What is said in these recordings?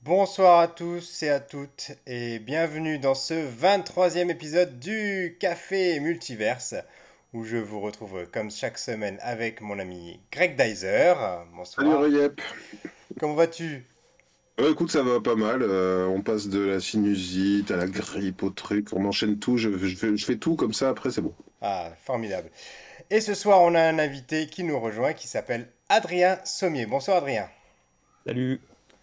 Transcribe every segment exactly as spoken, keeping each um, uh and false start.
Bonsoir à tous et à toutes et bienvenue dans ce vingt-troisième épisode du Café Multiverse où je vous retrouve comme chaque semaine avec mon ami Greg Dyser. Salut Bonsoir. Rayep. Comment vas-tu? Euh, écoute, ça va pas mal. Euh, on passe de la sinusite à la grippe au truc. On enchaîne tout. Je, je fais, je fais tout comme ça. Après, c'est bon. Ah, formidable. Et ce soir, on a un invité qui nous rejoint qui s'appelle Adrien Sommier. Bonsoir Adrien. Salut,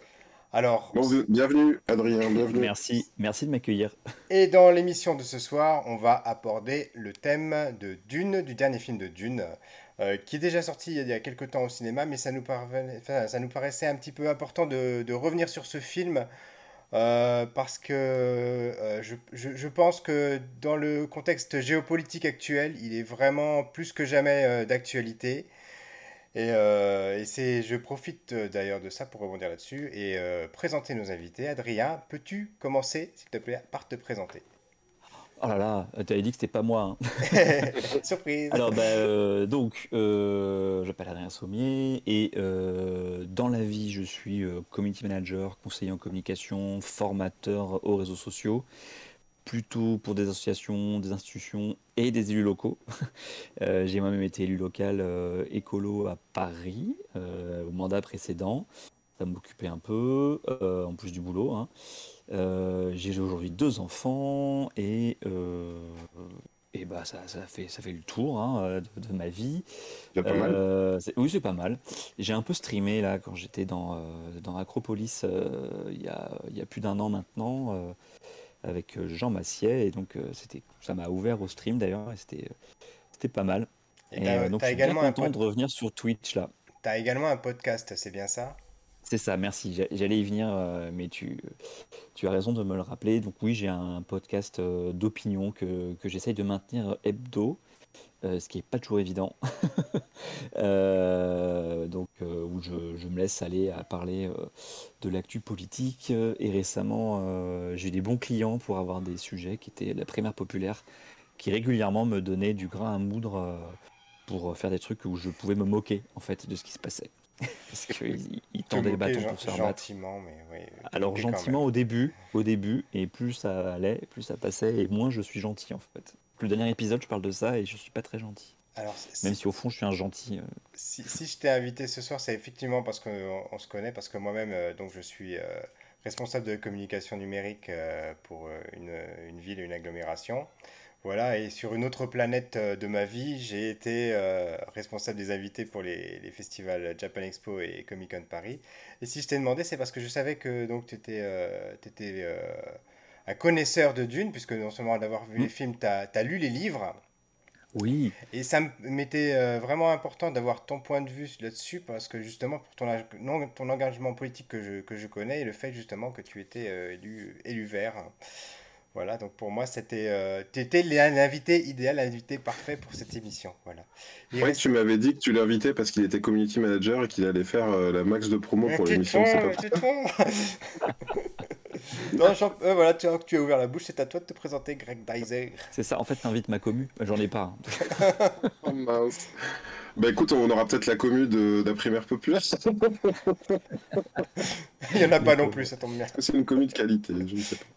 Alors, Bon, bienvenue, Adrien. Bienvenue. merci, merci de m'accueillir. et dans l'émission de ce soir, on va aborder le thème de Dune, du dernier film de Dune, euh, qui est déjà sorti il y a quelques temps au cinéma, mais ça nous, parvenait- enfin, ça nous paraissait un petit peu important de, de revenir sur ce film, euh, parce que euh, je, je- je pense que dans le contexte géopolitique actuel, il est vraiment plus que jamais euh, d'actualité. Et, euh, et c'est, je profite euh, d'ailleurs de ça pour rebondir là-dessus et euh, présenter nos invités. Adrien, peux-tu commencer, s'il te plaît, par te présenter? Oh là là, tu avais dit que c'était pas moi, hein. Surprise! Alors bah euh, donc, euh, je m'appelle Adrien Sommier et euh, dans la vie, je suis euh, community manager, conseiller en communication, formateur aux réseaux sociaux, plutôt pour des associations, des institutions et des élus locaux. Euh, j'ai moi-même été élu local euh, écolo à Paris euh, au mandat précédent. Ça m'occupait un peu, euh, en plus du boulot, hein. Euh, j'ai aujourd'hui deux enfants et, euh, et bah ça, ça fait, ça fait le tour, hein, de, de ma vie. C'est pas mal. Euh, c'est- oui, c'est pas mal. J'ai un peu streamé là quand j'étais dans, euh, dans Acropolis euh, il y a, il y a plus d'un an maintenant euh, avec Jean Massier et donc euh, c'était, ça m'a ouvert au stream d'ailleurs et c'était, c'était pas mal. Et Et t'as, euh, donc t'as je suis bien également un content pod- de revenir sur Twitch là. t'as également un podcast, c'est bien ça? C'est ça, merci. J'a- J'allais y venir, euh, mais tu, Tu as raison de me le rappeler. Donc oui, j'ai un podcast euh, d'opinion que, que j'essaye de maintenir hebdo, euh, ce qui n'est pas toujours évident. Euh, donc euh, où je, je me laisse aller à parler euh, de l'actu politique. euh, Et récemment, euh, j'ai eu des bons clients pour avoir des sujets qui étaient la primaire populaire, qui régulièrement me donnaient du grain à moudre euh, pour faire des trucs où je pouvais me moquer en fait de ce qui se passait. Parce qu'ils ils Te tendaient le moquer bâton gen- pour se faire battre. gentiment, mais oui, te Alors moquer quand même. gentiment au début, au début, et plus ça allait, plus ça passait, et moins je suis gentil en fait. Le dernier épisode, je parle de ça et je suis pas très gentil. Alors, Même si, si au fond, je suis un gentil. euh. si, si je t'ai invité ce soir, c'est effectivement parce qu'on on se connaît, parce que moi-même, euh, donc je suis euh, responsable de communication numérique euh, pour euh, une, une ville et une agglomération. Voilà, et sur une autre planète euh, de ma vie, j'ai été euh, responsable des invités pour les, les festivals Japan Expo et Comic Con Paris. Et si je t'ai demandé, c'est parce que je savais que donc tu étais, un connaisseur de Dune, puisque non seulement d'avoir vu Hmm. les films, tu as lu les livres. Oui, Et ça m- m'était euh, vraiment important d'avoir ton point de vue là-dessus, parce que justement, pour ton, ag- non- ton engagement politique que je, que je connais, et le fait justement que tu étais euh, élu, élu vert. Voilà, donc pour moi, c'était, euh, tu étais l'invité idéal, l'invité parfait pour cette émission. Voilà. Je Il croyais que tu reste. m'avais dit que tu l'invitais parce qu'il était community manager et qu'il allait faire euh, la max de promo Mais pour tu te l'émission. C'est trompes, pas mais tu te trompes. Non, Jean- euh, voilà, tu, tu as ouvert la bouche, c'est à toi de te présenter, Greg Dyser. c'est ça. En fait, t'invites ma commu. J'en ai pas, hein. Oh, mince. Bah écoute, on aura peut-être la commu de d'Aprimaire Populaire. Est-ce Il n'y en a Les pas non plus, pauvres. ça tombe bien. que c'est une commu de qualité? Je ne sais pas.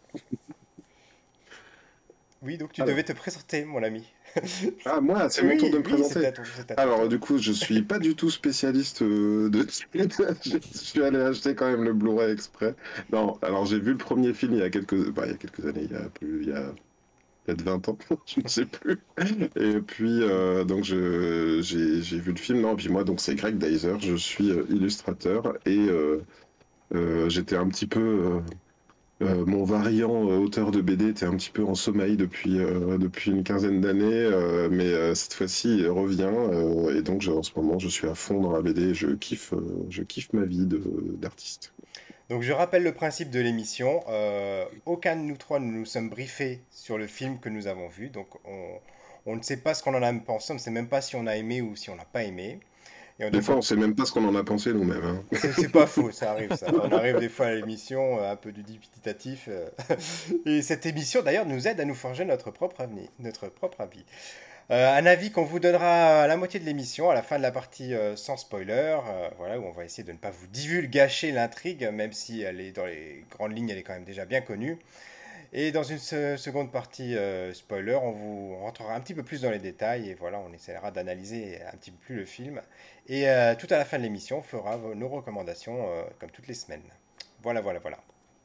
Oui, donc tu devais Alors. te présenter, mon ami. Ah, moi, c'est mon tour de Oui, me oui, c'est présenter. à ton, c'est à ton Alors, tour. du coup, je suis pas du tout spécialiste euh, de Je suis allé acheter quand même le Blu-ray exprès. Non, alors j'ai vu le premier film il y a quelques, bah, il y a quelques années, il y a plus, il y a peut-être vingt ans, je ne sais plus. Et puis, euh, donc, je, j'ai, j'ai vu le film. Non, et puis moi, donc, c'est Greg Dyser, je suis euh, illustrateur et euh, euh, j'étais un petit peu. euh, euh, mon variant euh, auteur de B D était un petit peu en sommeil depuis, euh, depuis une quinzaine d'années, euh, mais euh, cette fois-ci il revient euh, et donc je- en ce moment je suis à fond dans la B D, je kiffe, euh, je kiffe ma vie de, d'artiste. Donc je rappelle le principe de l'émission. Euh, aucun de nous trois ne nous sommes briefés sur le film que nous avons vu. Donc on, on ne sait pas ce qu'on en a pensé, on ne sait même pas si on a aimé ou si on n'a pas aimé. Et Des donc fois on- on sait même pas ce qu'on en a pensé nous-mêmes, hein. c'est c'est pas faux, ça arrive ça. On arrive des fois à l'émission euh, un peu dubitatif. euh. Et cette émission d'ailleurs nous aide à nous forger notre propre avenir, notre propre avis. Euh, un avis qu'on vous donnera à la moitié de l'émission, à la fin de la partie euh, sans spoiler, euh, voilà, où on va essayer de ne pas vous divulgacher l'intrigue, même si elle est dans les grandes lignes, elle est quand même déjà bien connue. Et dans une se- seconde partie euh, spoiler, on vous rentrera un petit peu plus dans les détails et voilà, on essaiera d'analyser un petit peu plus le film. Et euh, tout à la fin de l'émission, on fera vos- nos recommandations euh, comme toutes les semaines. Voilà, voilà, voilà.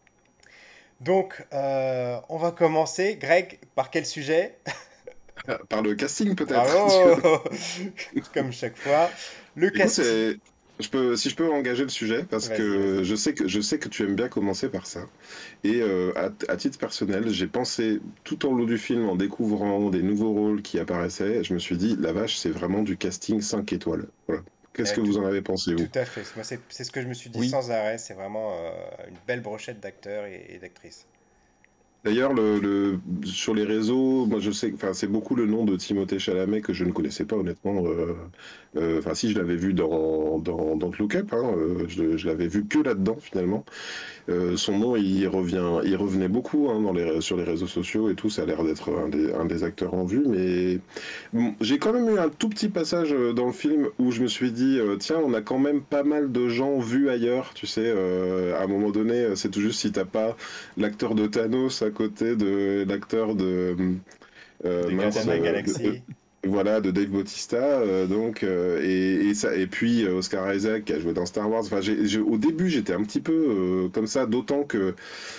Donc, euh, on va commencer. Greg, par quel sujet? Ah, par le casting peut-être. Bravo! Comme chaque fois. Le Écoute, casting. c'est- je peux, si je peux engager le sujet, parce Vas-y, que vas-y. je sais que je sais que tu aimes bien commencer par ça. Et euh, à, à titre personnel, j'ai pensé tout au long du film, en découvrant des nouveaux rôles qui apparaissaient, je me suis dit, la vache, c'est vraiment du casting cinq étoiles. Voilà. Qu'est-ce Euh, que tout, vous en avez pensé, tout vous? à fait. Moi, c'est c'est ce que je me suis dit Oui, sans arrêt. C'est vraiment euh, une belle brochette d'acteurs et, et d'actrices. D'ailleurs, le, le- sur les réseaux, moi je sais, enfin c'est beaucoup le nom de Timothée Chalamet que je ne connaissais pas honnêtement. euh, euh, Enfin si je l'avais vu dans dans, dans Look Up, hein, euh, je, je l'avais vu que là-dedans finalement. Euh, son nom, il revient, il revenait beaucoup hein, dans les, sur les réseaux sociaux et tout. Ça a l'air d'être un des, un des acteurs en vue. Mais bon, j'ai quand même eu un tout petit passage euh, dans le film où je me suis dit, euh, tiens, on a quand même pas mal de gens vus ailleurs. Tu sais, euh, à un moment donné, euh, c'est tout juste si t'as pas l'acteur de Thanos à côté de l'acteur de euh, De mince, Gardiens de la euh, de- de- Galaxie. voilà, de Dave Bautista, euh, donc euh, et, et ça et puis euh, Oscar Isaac qui a joué dans Star Wars. Enfin, j'ai, j'ai- au début j'étais un petit peu euh, comme ça, d'autant que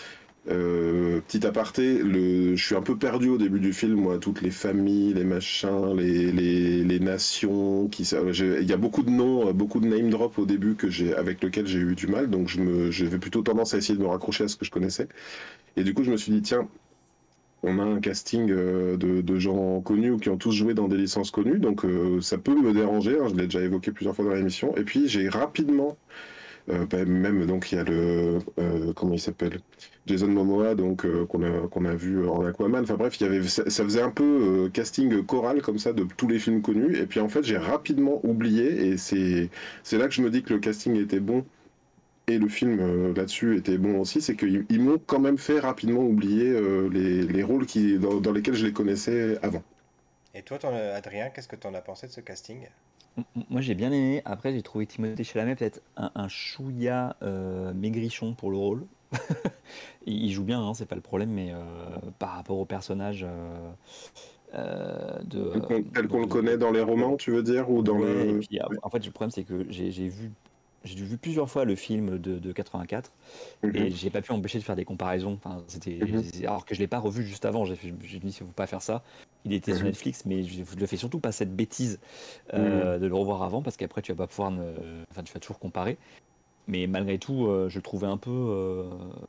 euh, petit aparté, le, je suis un peu perdu au début du film, moi, toutes les familles, les machins, les les, les nations, qui ça- j'ai- il y a beaucoup de noms, euh, beaucoup de name drop au début que j'ai avec lequel j'ai eu du mal, donc je me j'avais plutôt tendance à essayer de me raccrocher à ce que je connaissais. Et du coup, je me suis dit tiens on a un casting euh, de, de gens connus ou qui ont tous joué dans des licences connues, donc euh, ça peut me déranger, hein, je l'ai déjà évoqué plusieurs fois dans l'émission. Et puis j'ai rapidement, euh, bah, même donc il y a le, euh, comment il s'appelle, Jason Momoa, donc euh, qu'on a qu'on a vu en Aquaman. Enfin bref, il y avait ça, ça faisait un peu euh, casting choral comme ça de tous les films connus. Et puis en fait j'ai rapidement oublié et c'est c'est là que je me dis que le casting était bon et le film euh, là-dessus était bon aussi, c'est qu'ils ils m'ont quand même fait rapidement oublier euh, les, les rôles qui, dans, dans lesquels je les connaissais avant. Et toi, ton- Adrien, qu'est-ce que tu en as pensé de ce casting? M- m- moi j'ai bien aimé. Après, j'ai trouvé Timothée Chalamet peut-être un, un chouïa euh, maigrichon pour le rôle. Il, il joue bien, hein, c'est pas le problème, mais euh, par rapport au personnage euh, euh, de, Tel euh, qu'on tel qu'on donc le de, de- connaît dans les ouais, romans, tu veux dire, ou dans ouais. Et le... puis Oui. en fait, le problème c'est que j'ai j'ai vu j'ai vu plusieurs fois le film de, de quatre-vingt-quatre et Mhm, j'ai pas pu m'empêcher de faire des comparaisons. Enfin, c'était mhm, alors que je l'ai pas revu juste avant. J'ai fait- j'ai dit, il faut pas faire ça. Il était sur mhm, Netflix, mais je ne le fais surtout pas cette bêtise mhm. euh, de le revoir avant parce qu'après tu vas pas pouvoir, ne- enfin tu vas toujours comparer. Mais malgré tout, euh, je le trouvais un peu, euh,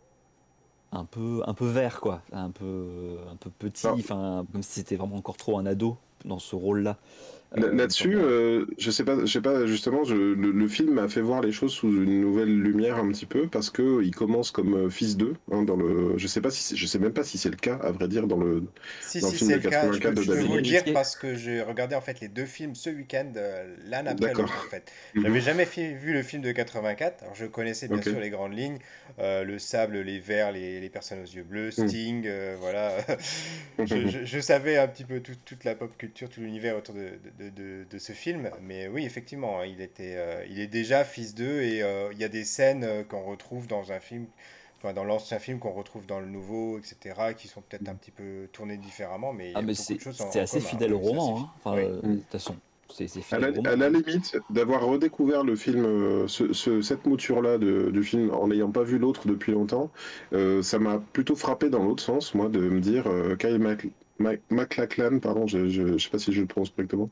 un peu, un peu vert quoi, un peu, un peu petit, Alors, enfin comme si c'était vraiment encore trop un ado dans ce rôle-là. là- Euh, une sorte là-dessus, de- euh, je sais pas, je sais pas justement, je- le, le film m'a fait voir les choses sous une nouvelle lumière un petit peu parce que il commence comme euh, fils d'eux hein, dans le, je sais pas si, c'est- je sais même pas si c'est le cas à vrai dire dans le Si, dans le si, film c'est de le cas. Je quatre-vingt-quatre peux, de je peux C'est David vous le Lynch. dire expliqué. parce que j'ai regardé en fait les deux films ce week-end, euh, l'un après D'accord. l'autre en fait. J'avais Mhm. jamais fi- vu le film de quatre-vingt-quatre. Alors je connaissais bien Ok. sûr les grandes lignes, euh, le sable, les vers, les, les personnes aux yeux bleus, Mhm. Sting, euh, voilà. Je, je- je savais un petit peu tout- toute la pop culture, tout l'univers autour de, de, de- de ce film. Mais oui, effectivement, hein, il était, euh, il est déjà fils d'eux et euh, il y a des scènes euh, qu'on retrouve dans un film, enfin dans l'ancien film qu'on retrouve dans le nouveau, et cetera, qui sont peut-être un petit peu tournées différemment, mais il Ah y a mais beaucoup de c'est choses en, c'est en assez commun. fidèle au Oui, ça c'est... roman, hein. Enfin, Oui. euh, de toute façon, c'est c'est À fidèle la, au roman, à la hein. limite, d'avoir redécouvert le film, euh, ce- ce- cette mouture-là de- du film en n'ayant pas vu l'autre depuis longtemps, euh, ça m'a plutôt frappé dans l'autre sens, moi, de me dire euh, Kyle Mac, Mac- MacLachlan, pardon, je, je, je sais pas si je le prononce correctement.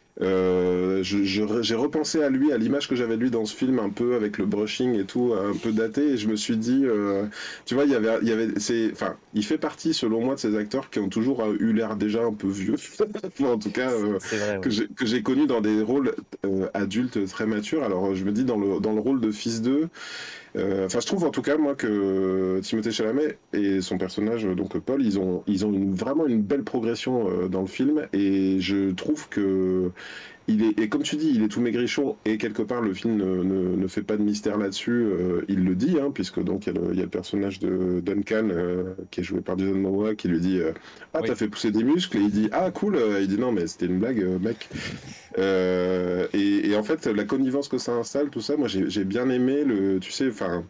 Euh, je- je- j'ai repensé à lui, à l'image que j'avais de lui dans ce film, un peu avec le brushing et tout, un peu daté, et je me suis dit, euh, tu vois, il y avait, il y avait, c'est, enfin, il fait partie, selon moi, de ces acteurs qui ont toujours euh, eu l'air déjà un peu vieux, Enfin, en tout cas, euh, C'est vrai, que ouais. j'ai que j'ai connu dans des rôles euh, adultes très matures. Alors, je me dis dans le dans le rôle de fils d'eux. Euh, Enfin, je trouve en tout cas moi que Timothée Chalamet et son personnage donc Paul, ils ont ils ont une, vraiment une belle progression euh, dans le film et je trouve que il est, et comme tu dis, il est tout maigrichon, et quelque part, le film ne, ne, ne fait pas de mystère là-dessus, euh, il le dit, hein, puisque donc il y, a le, il y a le personnage de Duncan, euh, qui est joué par Jason Momoa, qui lui dit euh, ah, Oui. t'as fait pousser des muscles, et il dit ah, cool, il dit non, mais c'était une blague, euh, mec. Euh, et, et en fait, la connivence que ça installe, tout ça, moi j'ai j'ai bien aimé le, tu sais, enfin,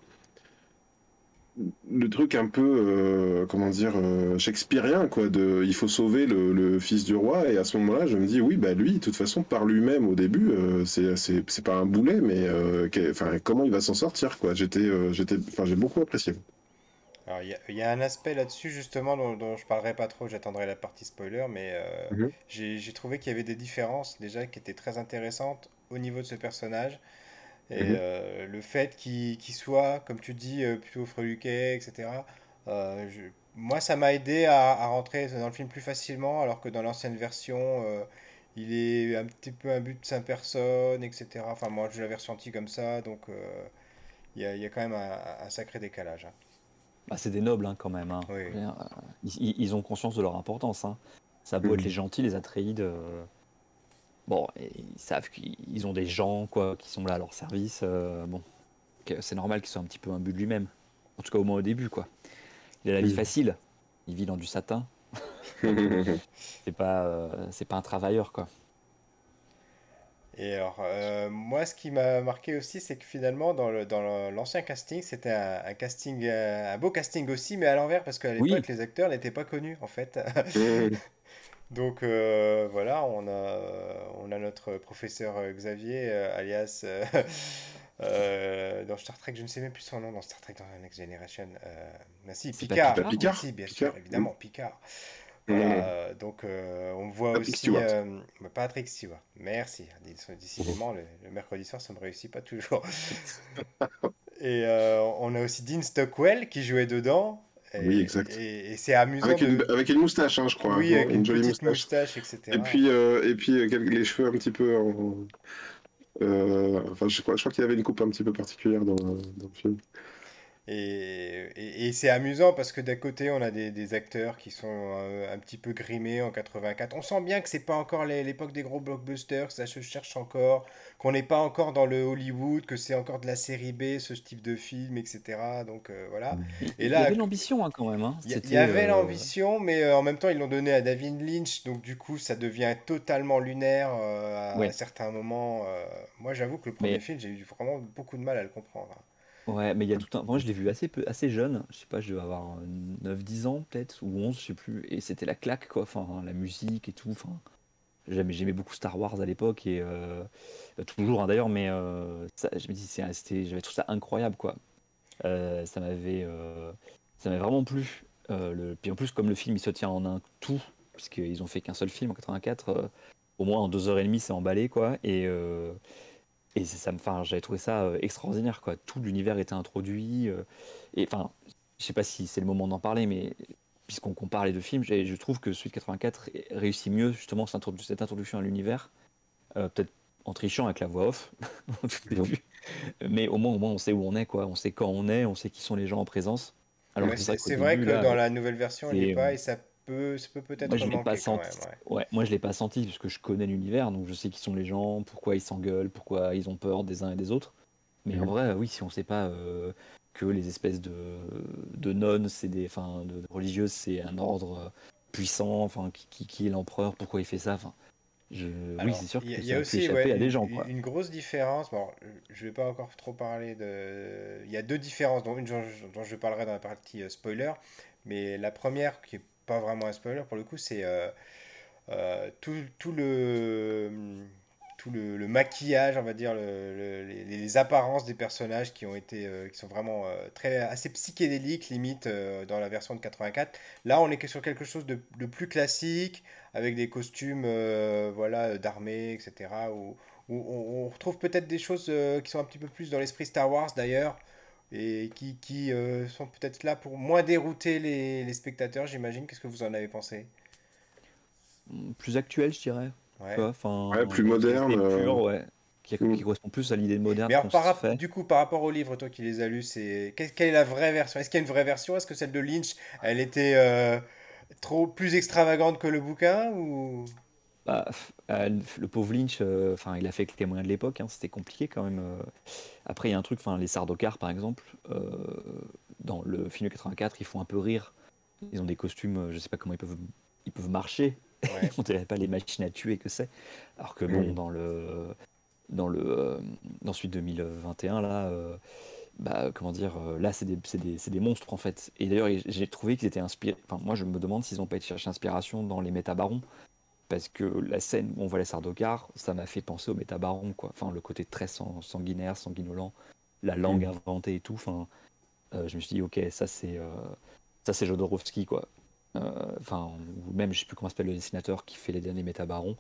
le truc un peu, euh, comment dire, euh, shakespearien, quoi, de il faut sauver le, le fils du roi, et à ce moment-là, je me dis, oui, bah lui, de toute façon, par lui-même au début, euh, c'est c'est c'est pas un boulet, mais euh, qu'est- enfin, comment il va s'en sortir, quoi. J'étais, euh, j'étais, enfin, j'ai beaucoup apprécié. Alors, il y, a- il y a un aspect là-dessus, justement, dont, dont je parlerai pas trop, j'attendrai la partie spoiler, mais euh, Mhm. j'ai j'ai trouvé qu'il y avait des différences, déjà, qui étaient très intéressantes au niveau de ce personnage. Et Mhm. euh, le fait qu'il qu'il soit, comme tu dis, euh, plutôt freluquet, et cetera, euh, je- moi, ça m'a aidé à, à rentrer dans le film plus facilement, alors que dans l'ancienne version, euh, il est un petit peu un but de cinq personnes, et cetera. Enfin, moi, je l'avais ressenti comme ça, donc euh, il y a, il y a quand même un, un sacré décalage, hein. Bah, c'est des nobles hein, quand même. Hein. Oui, Je oui. veux dire, euh, Ils, ils- ils ont conscience de leur importance. Hein. Ça a beau être les Mhm. gentils, les Atreides. euh, Bon, et ils savent qu'ils ont des gens quoi, qui sont là à leur service. euh, bon, que c'est normal qu'ils soient un petit peu imbu de lui-même. En tout cas, au moins au début, quoi. Il a la vie facile. Il vit dans du satin. Mhm. C'est pas, euh, c'est pas un travailleur, quoi. Et alors, euh, moi, ce qui m'a marqué aussi, c'est que finalement, dans le, dans le- l'ancien casting, c'était un, un casting, euh, un beau casting aussi, mais à l'envers, parce qu'à Oui, l'époque, les acteurs n'étaient pas connus, en fait. Mhm. Donc euh, voilà, on a, on a notre professeur euh, Xavier, euh, alias euh, euh, dans Star Trek, je ne sais même plus son nom, dans Star Trek dans la Next Generation. Euh, merci, c'est pas Bah, Picard. Picard. Picard, Merci, bien sûr, Picard. Mhm. évidemment, Picard. Voilà, Mhm. euh, donc euh, on voit Patrick aussi Stewart. euh, bah, Patrick Stewart. Merci. Décidément, le, le mercredi soir, ça ne me réussit pas toujours. Et euh, on a aussi Dean Stockwell qui jouait dedans. Oui, Et, exact. et- et c'est amusant Avec une, de... avec une moustache, hein, je crois, Oui, non? avec une Une jolie petite moustache. moustache, Et et cetera. puis, euh, et puis euh, quelques- les cheveux un petit peu en, euh, enfin, je crois, je crois qu'il avait une coupe un petit peu particulière dans, dans le film. Et, et- et c'est amusant parce que d'un côté, on a des, des acteurs qui sont euh, un petit peu grimés en quatre-vingt-quatre. On sent bien que c'est pas encore les- l'époque des gros blockbusters, que ça se cherche encore, qu'on n'est pas encore dans le Hollywood, que c'est encore de la série B, ce type de film, et cetera. Donc euh, voilà. Il Et il y là, avait l'ambition hein, quand même. Hein. il y, il y C'était. avait euh, l'ambition, mais euh, en même temps, ils l'ont donné à David Lynch, donc du coup, ça devient totalement lunaire euh, à, à Ouais. certains moments. euh. Moi, j'avoue que le premier Mais film, j'ai eu vraiment beaucoup de mal à le comprendre. ouais, mais il y a tout un. Moi, je l'ai vu assez peu, assez jeune. Je sais pas, je devais avoir neuf dix ans peut-être ou onze, je sais plus. Et c'était la claque quoi. Enfin, la musique et tout. Enfin, j'aimais, j'aimais beaucoup Star Wars à l'époque et euh, euh, toujours hein, d'ailleurs. Mais euh, ça, je me dis, c'est, c'était, j'avais trouvé ça incroyable quoi. Euh, ça m'avait, euh, ça m'avait vraiment plu. Euh, le... Puis en plus, comme le film il se tient en un tout, puisqu'ils ont fait qu'un seul film en quatre-vingt-quatre, euh, au moins en deux heures et demie, c'est emballé quoi. Et euh, et c'est- ça me, enfin, j'avais trouvé ça euh, extraordinaire, quoi. Tout l'univers était introduit. euh, et enfin, je sais pas si c'est le moment d'en parler, mais puisqu'on compare les deux films, j'ai- je trouve que celui de quatre-vingt-quatre réussit mieux justement cette, introdu- cette introduction à l'univers, euh, peut-être en trichant avec la voix off au tout Mhm. début, mais au moins, au moins on sait où on est, quoi. On sait quand on est, on sait qui sont les gens en présence. Alors Ouais, que c'est vrai c'est qu'au c'est vrai début, que là, dans euh, la nouvelle version, il l'est c'est, pas et ça peut, ça peut moi peut-être je l'ai pas manquer quand senti. même. Ouais. Ouais, moi je l'ai pas senti puisque je connais l'univers, donc je sais qui sont les gens, pourquoi ils s'engueulent, pourquoi ils ont peur des uns et des autres. Mais en Mhm. vrai, oui, si on sait pas euh, que les espèces de, de nonnes, c'est des, enfin, de, de religieuses, c'est un ordre euh, puissant, enfin, qui, qui, qui est l'empereur, pourquoi il fait ça, enfin, je, oui, c'est Alors, sûr il y, a que il y ça a a pu aussi échapper ouais, à des une, gens, une- quoi. une grosse différence. Bon, je vais pas encore trop parler de. Il y a deux différences, dont une dont je, dont je parlerai dans la partie euh, spoiler. Mais la première, qui est pas vraiment un spoiler pour le coup, c'est euh, euh, tout, tout le, tout le, le maquillage, on va dire, le- le- les, les apparences des personnages qui ont été, euh, qui sont vraiment euh, très, assez psychédéliques, limite, euh, dans la version de quatre-vingt-quatre. Là, on est que sur quelque chose de, de plus classique, avec des costumes, euh, voilà, d'armée, et cetera. Où, où on, on retrouve peut-être des choses euh, qui sont un petit peu plus dans l'esprit Star Wars, d'ailleurs, et qui, qui euh, sont peut-être là pour moins dérouter les, les spectateurs, j'imagine. Qu'est-ce que vous en avez pensé? Plus actuel, je dirais, tu Ouais. vois, enfin, Ouais, plus dans son moderne. esprit euh, pur, ouais, qui, qui mhm. correspond plus à l'idée moderne Mais alors, qu'on par, se rap- fait. du coup, par rapport au livre, toi qui les as lus, c'est quelle, quelle est la vraie version? Est-ce qu'il y a une vraie version? Est-ce que celle de Lynch, elle était euh, trop plus extravagante que le bouquin ou... Bah, euh, le pauvre Lynch, euh, enfin, il a fait avec les moyens de l'époque, hein, c'était compliqué quand même. euh. Après, il y a un truc, enfin, les Sardaukar, par exemple, euh, dans le film de quatre-vingt-quatre, ils font un peu rire. Ils ont des costumes, euh, je sais pas comment ils peuvent, ils peuvent marcher. Ouais. On dirait pas les machines à tuer que c'est. Alors que bon, Mm. dans le, dans le, euh, dans celui de deux mille vingt et un là, euh, bah, comment dire, euh, là c'est des, c'est des, c'est des monstres en fait. Et d'ailleurs, j'ai trouvé qu'ils étaient inspirés. Enfin, moi, je me demande s'ils ont pas été chercher inspiration dans les métabarons. Parce que la scène où on voit les Sardaukar, ça m'a fait penser au métabaron, quoi. Enfin, le côté très sang- sanguinaire, sanguinolent, la langue Mm. inventée et tout. Enfin, euh, je me suis dit, ok, ça c'est euh, ça c'est Jodorowsky, quoi. Euh, Enfin, ou même, je sais plus comment s'appelle le dessinateur qui fait les derniers métabarons.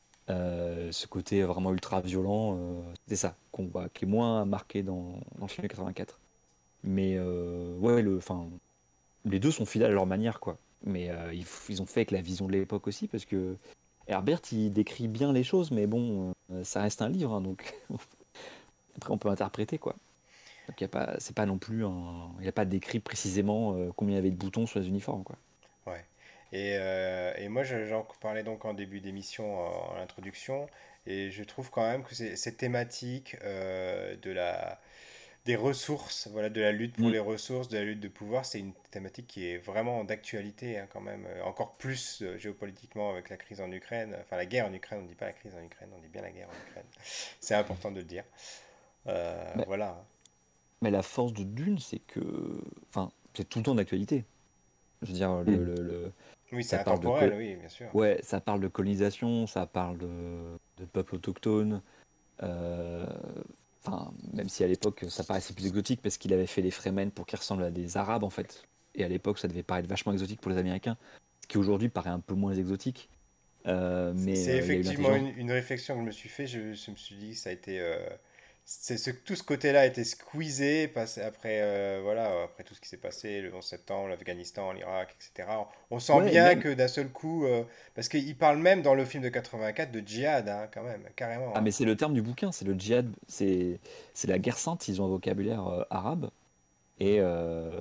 Euh, ce côté vraiment ultra violent, euh, c'est ça qu'on voit, qui est moins marqué dans, dans le film de quatre-vingt-quatre. Mais euh, ouais, le, enfin, les deux sont fidèles à leur manière, quoi. Mais euh, ils, ils ont fait avec la vision de l'époque aussi, parce que Herbert, il décrit bien les choses, mais bon, euh, ça reste un livre, hein, donc après on peut interpréter, quoi. Donc y a pas, c'est pas non plus un, il n'y a pas décrit précisément euh, combien il y avait de boutons sur les uniformes, quoi. Ouais. Et, euh, et moi, je- j'en parlais donc en début d'émission, en, en introduction, et je trouve quand même que c'est- cette thématique euh, de la, des ressources, voilà, de la lutte pour Mm. les ressources, de la lutte de pouvoir, c'est une thématique qui est vraiment d'actualité hein, quand même, euh, encore plus euh, géopolitiquement avec la crise en Ukraine, enfin la guerre en Ukraine, on ne dit pas la crise en Ukraine, on dit bien la guerre en Ukraine. C'est important de le dire. Euh, Mais, voilà. mais la force de Dune, c'est que, enfin, c'est tout le temps d'actualité. Je veux dire, le, Mm. le, le- Oui, c'est ça parle de, intemporel, col- oui, bien sûr. ouais, ça parle de colonisation, ça parle de, de peuples autochtones. Euh, Enfin, même si à l'époque ça paraissait plus exotique parce qu'il avait fait les Fremen pour qu'ils ressemblent à des Arabes en fait. Et à l'époque ça devait paraître vachement exotique pour les Américains, ce qui aujourd'hui paraît un peu moins exotique. Euh, C'est mais c'est euh, il y a eu effectivement l'intelligence. une, une réflexion que je me suis fait. Je, je me suis dit que ça a été, euh, c'est ce, tout ce côté-là a été squeezé passé- après, euh, voilà, après tout ce qui s'est passé le onze septembre, l'Afghanistan, l'Irak, et cetera. On sent Ouais, et bien même. que d'un seul coup, euh, parce qu'il parle même dans le film de quatre-vingt-quatre de djihad, hein, quand même, carrément. Ah, Hein. mais c'est le terme du bouquin, c'est le djihad, c'est c'est la guerre sainte, ils ont un vocabulaire euh, arabe. Et euh,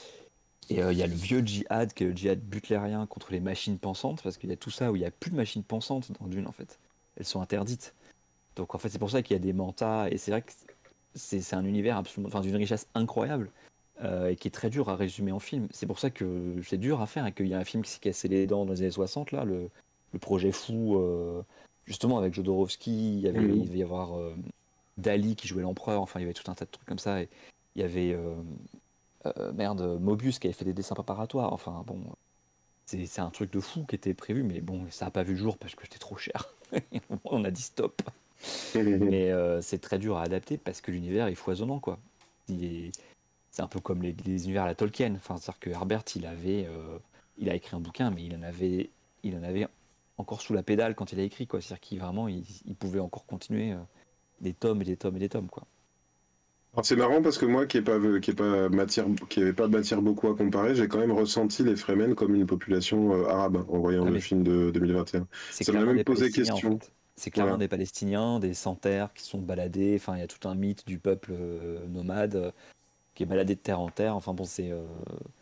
et euh, il y a le vieux djihad, qui est le djihad butlérien contre les machines pensantes, parce qu'il y a tout ça où il n'y a plus de machines pensantes dans Dune en fait. Elles sont interdites. Donc en fait c'est pour ça qu'il y a des mantas, et c'est vrai que c'est c'est un univers absolument, enfin, d'une richesse incroyable euh, et qui est très dur à résumer en film. C'est pour ça que c'est dur à faire et qu'il y a un film qui s'est cassé les dents dans les années soixante, là, le, le projet fou, euh, justement avec Jodorowsky, il y avait, il Mm. devait y avoir euh, Dali qui jouait l'empereur, enfin il y avait tout un tas de trucs comme ça. Et il y avait, euh, euh, merde, Mobius qui avait fait des dessins préparatoires, enfin bon, c'est c'est un truc de fou qui était prévu, mais bon, ça n'a pas vu le jour parce que c'était trop cher. On a dit stop. Mais euh, c'est très dur à adapter parce que l'univers est foisonnant, quoi. Il est- C'est un peu comme les, les univers à la Tolkien. Enfin, c'est-à-dire que Herbert, il avait, euh, il a écrit un bouquin, mais il en avait, il en avait encore sous la pédale quand il a écrit, quoi. C'est-à-dire qu'il vraiment, il, il pouvait encore continuer euh, des tomes et des tomes et des tomes, quoi. Alors, c'est marrant parce que moi, qui n'ai pas, qui est pas matière, qui avait pas de matière beaucoup à comparer, j'ai quand même ressenti les Fremen comme une population euh, arabe en voyant Ah, le mais film de deux mille vingt et un. c'est Ça m'a clairement même des posé Palestiniens, en question. fait. C'est clairement Voilà. des Palestiniens, des sans-terre qui sont baladés. Enfin, il y a tout un mythe du peuple euh, nomade euh, qui est baladé de terre en terre. Enfin, bon, c'est euh,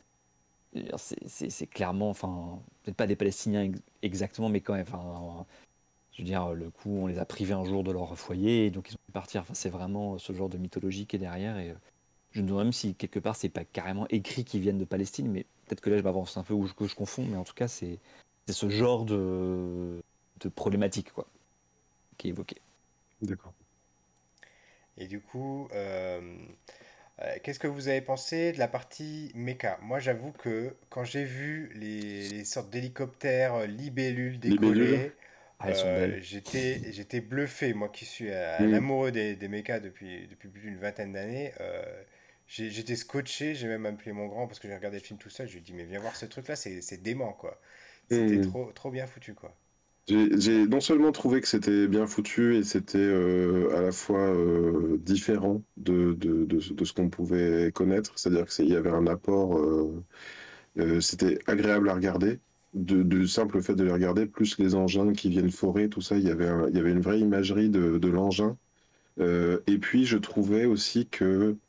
c'est c'est- c'est clairement, enfin, peut-être pas des Palestiniens ex- exactement, mais quand même, enfin, je veux dire, le coup, on les a privés un jour de leur foyer, et donc ils ont pu partir. Enfin, c'est vraiment ce genre de mythologie qui est derrière. Et euh, je me demande même si quelque part, c'est pas carrément écrit qu'ils viennent de Palestine, mais peut-être que là, je m'avance un peu ou je- que je confonds, mais en tout cas, c'est c'est ce genre de, de problématique, quoi, qui est évoqué. D'accord. Et du coup, euh, euh, qu'est-ce que vous avez pensé de la partie méca? Moi, j'avoue que quand j'ai vu les, les sortes d'hélicoptères euh, libellules Libellule? décoller, Ah, elles sont euh, belles. j'étais, j'étais bluffé. Moi qui suis un Mm. amoureux des, des mechas depuis, depuis plus d'une vingtaine d'années, euh, j'ai- j'étais scotché. J'ai même appelé mon grand parce que j'ai regardé le film tout seul. Je lui ai dit, mais viens voir ce truc-là, c'est c'est dément, quoi. C'était Mm. trop, trop bien foutu, quoi. J'ai j'ai non seulement trouvé que c'était bien foutu et c'était euh, à la fois euh, différent de, de, de, ce de ce qu'on pouvait connaître, c'est-à-dire qu'il y avait un apport, euh, euh, c'était agréable à regarder, de, du simple fait de les regarder, plus les engins qui viennent forer, tout ça, il y avait, un- il y avait une vraie imagerie de, de l'engin. Euh, et puis je trouvais aussi que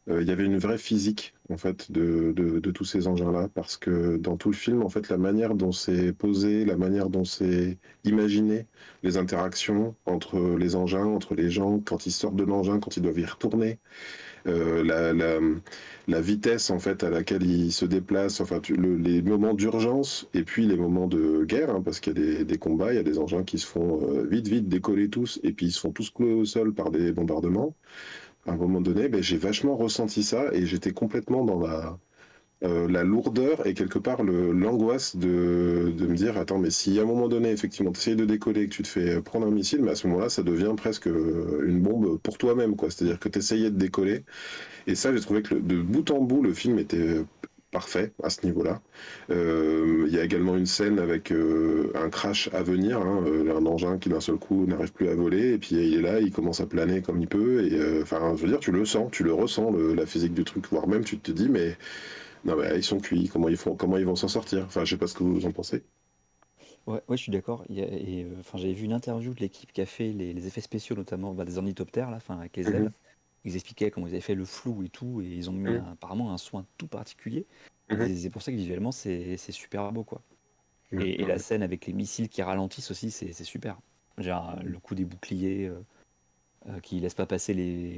euh, il y avait une vraie physique en fait de, de, de tous ces engins-là, parce que dans tout le film, en fait, la manière dont c'est posé, la manière dont c'est imaginé, les interactions entre les engins, entre les gens, quand ils sortent de l'engin, quand ils doivent y retourner, euh, la, la, la vitesse en fait à laquelle ils se déplacent, enfin tu- le- les moments d'urgence et puis les moments de guerre, hein, parce qu'il y a des, des combats, il y a des engins qui se font euh, vite vite décoller tous et puis ils se font tous clouer au sol par des bombardements. À un moment donné, ben, j'ai vachement ressenti ça et j'étais complètement dans la, euh, la lourdeur et quelque part le, l'angoisse de, de me dire, attends, mais si à un moment donné, effectivement, tu essayes de décoller, que tu te fais prendre un missile, mais à ce moment-là, ça devient presque euh, une bombe pour toi-même, quoi. C'est-à-dire que tu essayais de décoller. Et ça, j'ai trouvé que le- de bout en bout, le film était euh, parfait à ce niveau-là. Euh, Il y a également une scène avec euh, un crash à venir, hein, euh, un engin qui d'un seul coup n'arrive plus à voler, et puis il est là, il commence à planer comme il peut, et euh, enfin, je veux dire, tu le sens, tu le ressens, le- la physique du truc, voire même tu te dis, mais non, mais ils sont cuits, comment ils font, comment ils vont s'en sortir? Enfin, je sais pas ce que vous en pensez. Ouais, ouais, je suis d'accord. Il y a- et, euh, enfin, j'avais vu une interview de l'équipe qui a fait les, les effets spéciaux, notamment bah, des ornithoptères, là, enfin, avec les ailes. Mhm, Ils expliquaient comment ils avaient fait le flou et tout, et ils ont mis mhm, un- apparemment un soin tout particulier. mhm. Et c'est pour ça que visuellement, c'est c'est super beau, quoi. Ouais, Et, et la ouais. scène avec les missiles qui ralentissent aussi, c'est c'est super. Genre, le coup des boucliers euh, euh, qui laissent pas passer les,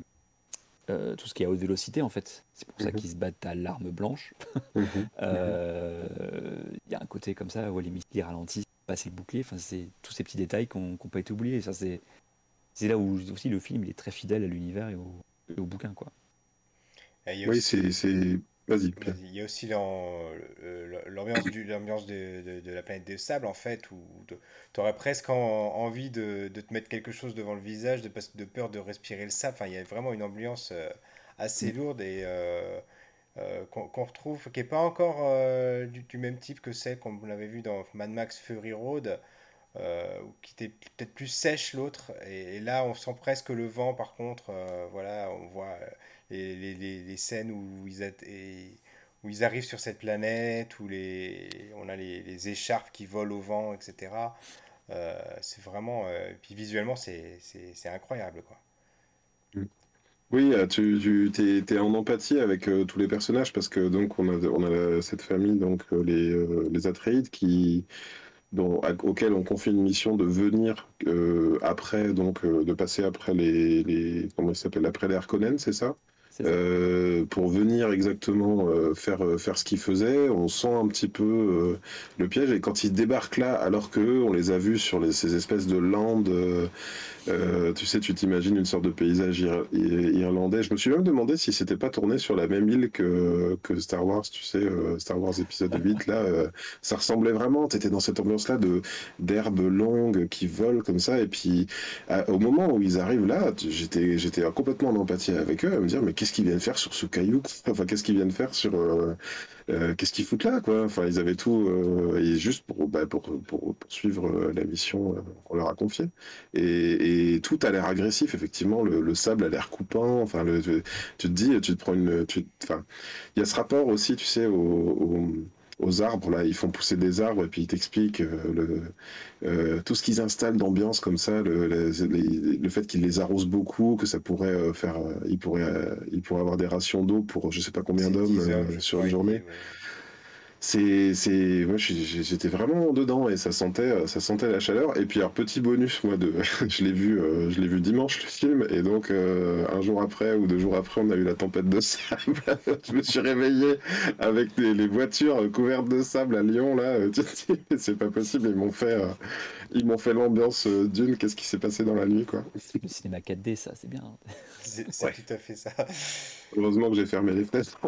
euh, tout ce qui est à haute vélocité, en fait. C'est pour ça Mhm, qu'ils se battent à l'arme blanche. mhm, mhm. Euh, Il y a un côté comme ça où les missiles ralentissent, passent le bouclier. Enfin, c'est tous ces petits détails qui n'ont pas été oubliés. Et ça, c'est c'est là où aussi le film il est très fidèle à l'univers et au, et au bouquin, quoi. Et il y a Oui, aussi, c'est, c'est... Vas-y, Pierre. vas-y, il y a aussi l'am- euh, l'ambiance du, l'ambiance de, de- de la planète des sables, en fait, où tu aurais presque en- envie de, de te mettre quelque chose devant le visage, de, parce- de peur de respirer le sable. Enfin, il y a vraiment une ambiance euh, assez lourde et euh, euh, qu'on qu'on retrouve, qui n'est pas encore euh, du, du même type que celle qu'on avait vue dans Mad Max Fury Road, euh, ou qui était peut-être plus sèche l'autre. Et, et là, on sent presque le vent, par contre. Euh, voilà, on voit euh, les, les, les- les scènes où ils, at- et- où ils arrivent sur cette planète, où les, on a les, les écharpes qui volent au vent, et cetera. Euh, c'est vraiment. Euh, puis visuellement, c'est c'est- c'est incroyable, quoi. Oui, euh, tu, tu t'es, t'es en empathie avec euh, tous les personnages parce que donc on a, on a cette famille donc euh, les, euh, les Atreides qui dont, à- auxquels on confie une mission de venir euh, après donc euh, de passer après les, les comment ça s'appelle après les Harkonnen, c'est ça? C'est ça. Euh, pour venir exactement euh, faire euh, faire ce qu'ils faisaient, on sent un petit peu euh, le piège et quand ils débarquent là alors que on les a vus sur les- ces espèces de landes. euh, euh, tu sais, tu t'imagines une sorte de paysage ir- ir- irlandais. Je me suis même demandé si c'était pas tourné sur la même île que, que Star Wars, tu sais, euh, Star Wars épisode huit, là. Euh, ça ressemblait vraiment, t'étais dans cette ambiance-là de d'herbes longues qui volent comme ça. Et puis, à- au moment où ils arrivent là, tu- j'étais, j'étais complètement en empathie avec eux, à me dire, mais qu'est-ce qu'ils viennent faire sur ce caillou? Enfin, qu'est-ce qu'ils viennent faire sur, euh, euh, qu'est-ce qu'ils foutent là, quoi? Enfin, ils avaient tout, euh, et juste pour, bah, pour, pour, pour suivre euh, la mission euh, qu'on leur a confiée. Et, et tout a l'air agressif, effectivement. Le, le sable a l'air coupant. Enfin, le, tu, tu te dis, tu te prends une, tu, enfin, il y a ce rapport aussi, tu sais, aux, aux, aux arbres là. Ils font pousser des arbres et puis ils t'expliquent euh, le, euh, tout ce qu'ils installent d'ambiance comme ça, le, le, les- le fait qu'ils les arrosent beaucoup, que ça pourrait euh, faire, euh, ils pourraient, euh, ils pourraient avoir des rations d'eau pour je sais pas combien C'est d'hommes dix hommes, euh, je sur crois, une il dit, journée. ouais. C'est, c'est, moi j'ai- j'ai- j'étais vraiment dedans et ça sentait, euh, ça sentait la chaleur. Et puis alors petit bonus, moi de, je l'ai vu, euh, je l'ai vu dimanche le film et donc euh, un jour après ou deux jours après, on a eu la tempête de sable. Je me suis réveillé avec des- les voitures couvertes de sable à Lyon là. Euh, tu te dis, c'est pas possible. Ils m'ont fait, euh, ils m'ont fait l'ambiance euh, d'une. Qu'est-ce qui s'est passé dans la nuit quoi. Le cinéma quatre D, ça, c'est bien. C'est c'est Ouais. tout à fait ça. Heureusement que j'ai fermé les fenêtres.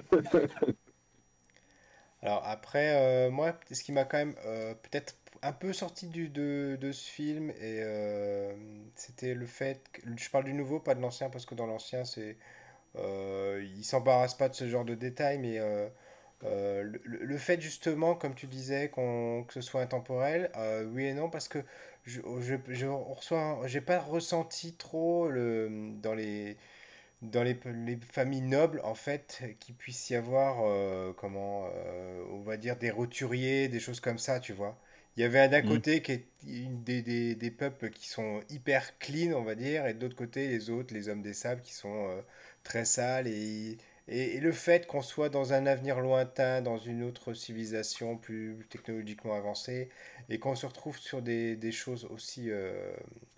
Alors après, euh, moi, ce qui m'a quand même euh, peut-être un peu sorti du, de, de ce film, et euh, c'était le fait que, je parle du nouveau, pas de l'ancien, parce que dans l'ancien, c'est, euh, il s'embarrasse pas de ce genre de détails, mais euh, euh, le, le- le fait justement, comme tu disais, qu'on, que ce soit intemporel, euh, oui et non, parce que je, je, je reçois, j'ai pas ressenti trop le, dans les dans les, les familles nobles, en fait, qu'il puisse y avoir, euh, comment, euh, on va dire, des roturiers, des choses comme ça, tu vois. il y avait un d'un Mm. côté qui est une des, des, des peuples qui sont hyper clean, on va dire, et de l'autre côté, les autres, les hommes des sables, qui sont euh, très sales. Et, et, et le fait qu'on soit dans un avenir lointain, dans une autre civilisation plus technologiquement avancée, et qu'on se retrouve sur des, des choses aussi, euh,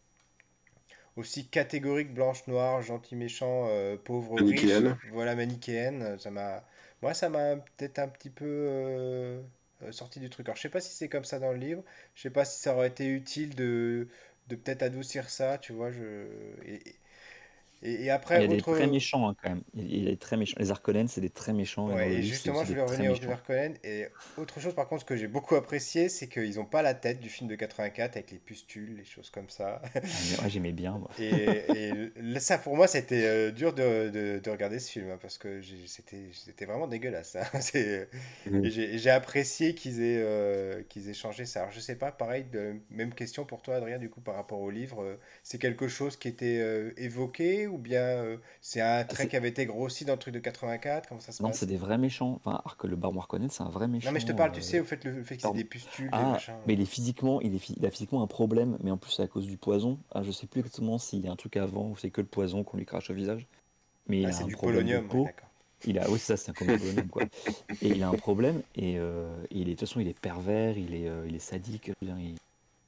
aussi catégoriques, blanche, noire, gentil, méchant, euh, pauvre, riche, Manichéenne. voilà, manichéenne, ça m'a... Moi, ça m'a peut-être un petit peu euh, euh, sorti du truc. Alors, je sais pas si c'est comme ça dans le livre, je sais pas si ça aurait été utile de, de peut-être adoucir ça, tu vois, je... Et, et, et Il après, y a des très autre... méchants hein, quand même. Il il est très méchant. Les Harkonnen, c'est des très méchants, et dans Ouais, le et livre, c'est justement, aussi je des voulais très revenir au méchants. Verkonnen. Et autre chose, par contre, ce que j'ai beaucoup apprécié, c'est qu'ils n'ont pas la tête du film de quatre-vingt-quatre avec les pustules, les choses comme ça. Ah, mais ouais, j'aimais bien, moi. Et, et l- ça, pour moi, c'était euh, dur de, de- de regarder ce film, hein, parce que j'ai- c'était c'était vraiment dégueulasse, hein. C'est- Et Mhm. j'ai et j'ai apprécié qu'ils aient, euh, qu'ils aient changé ça. Alors, je sais pas, pareil, de, même question pour toi, Adrien, du coup, par rapport au livre. euh, C'est quelque chose qui était euh, évoqué, ou bien euh, c'est un Ah, trait c'est- qui avait été grossi dans le truc de quatre-vingt-quatre? Comment ça se Non, c'est passe? des vrais méchants. Enfin, alors que le baron Harkonnen, c'est un vrai Non, mais je te méchant. parle, tu euh, sais, au fait, le, le fait qu'ils aient pardon. des pustules, des Ah, machins. mais il est physiquement, il est, phy- il a physiquement un problème, mais en plus c'est à cause du poison. Ah, je sais plus exactement s'il y a un truc avant ou c'est que le poison qu'on lui crache au visage. Mais il Ah, a c'est un du problème de polonium, ouais, peau. d'accord. Il a, oui, c'est ça, c'est un comme le polonium, quoi. Et il a un problème, et, euh, et il est, de toute façon, il est pervers, il est, euh, il est sadique. Je veux dire, il,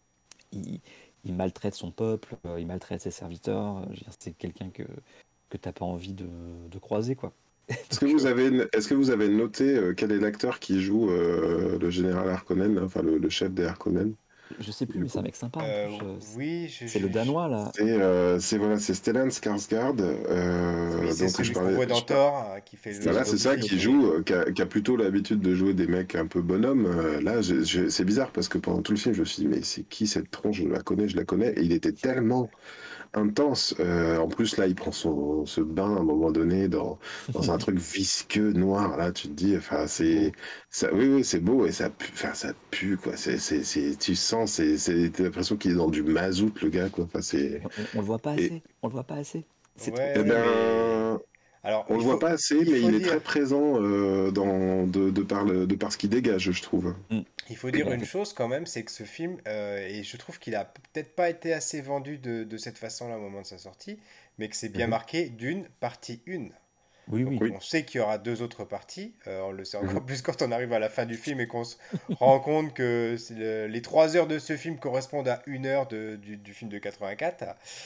il- il maltraite son peuple, euh, il maltraite ses serviteurs. Je veux dire, c'est quelqu'un que, que t'as pas envie de, de croiser, quoi. Est-ce que Donc, vous euh, avez, est-ce que vous avez noté euh, quel est l'acteur qui joue euh, le général Harkonnen, enfin le, le chef des Harkonnen, je sais plus, du mais c'est un coup? mec sympa en Euh, plus. euh, C'est oui, je, c'est le je- je- Danois, là. C'est euh, c'est voilà, c'est Stellan Skarsgård, oui, euh, c'est donc je celui qu'on parlais, voit je dans par- Thor, euh, qui fait C'était le voilà, J'ai c'est héros du ça oublié le qui film. nom. joue, euh, qui a, qui a plutôt l'habitude de jouer des mecs un peu bonhommes. Euh, là, j'ai- j'ai- c'est bizarre parce que pendant tout le film, je me suis dit, mais c'est qui cette tronche? Je la connais, je la connais. Et il était tellement intense. Euh, en plus, là, il prend son, ce bain à un moment donné dans, dans un truc visqueux, noir. Là, tu te dis, enfin, C'est c'est, beau. ça, oui, oui, c'est beau et ça pue, enfin, ça pue, quoi. C'est, c'est, c'est, tu sens, c'est, c'est, t'as l'impression qu'il est dans du mazout, le gars, quoi. Enfin, c'est, Et On, on le voit pas et, assez. On le voit pas assez. C'est trop. eh Ouais, mais... ben, Alors, on il le voit faut, pas assez, il mais faut il est dire, très présent euh, dans, de, de par le, de par ce qu'il dégage, je trouve. Mm. il faut dire Ouais. une chose quand même, c'est que ce film, euh, et je trouve qu'il a peut-être pas été assez vendu de, de cette façon-là au moment de sa sortie, mais que c'est bien Mhm. marqué d'une partie une. Oui, Donc oui. Oui. on sait qu'il y aura deux autres parties. Euh, on le sait Mhm. encore plus quand on arrive à la fin du film et qu'on se rend compte que c'est le- les trois heures de ce film correspondent à une heure de- du, du film de quatre-vingt-quatre.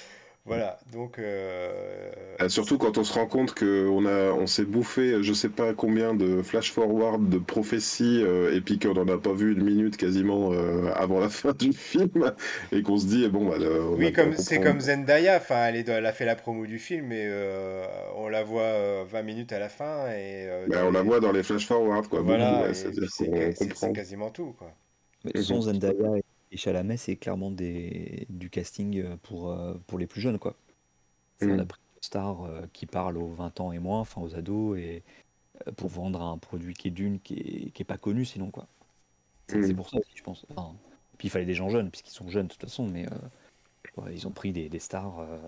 Voilà, donc euh, Euh, surtout quand on se rend compte qu'on a, on s'est bouffé, je sais pas combien de flash forward, de prophéties, euh, et puis qu'on n'en a pas vu une minute quasiment euh, avant la fin du film, et qu'on se dit, eh bon, bah, là, on, a, oui, on comme c'est comprend. comme Zendaya. Enfin, elle, est dans- elle a fait la promo du film et euh, on la voit euh, vingt minutes à la fin et euh, dans Bah, on la les voit dans les flash forward, quoi, beaucoup, voilà, ouais, et puis c'est-à-dire c'est qu'on ca- c'est c'est comprend. quasiment tout, quoi. Mais de toute façon, Mhm. Zendaya et et Chalamet, c'est clairement des, du casting euh, pour, euh, pour les plus jeunes, quoi. C'est on a Mhm. pris une star euh, qui parle aux vingt ans et moins, enfin aux ados, et euh, pour vendre un produit qui est d'une, qui est, qui est pas connu sinon, quoi. C'est c'est Mhm. pour ça aussi, je pense. Enfin, puis il fallait des gens jeunes, puisqu'ils sont jeunes de toute façon, mais euh, ouais, ils ont pris des, des stars, euh,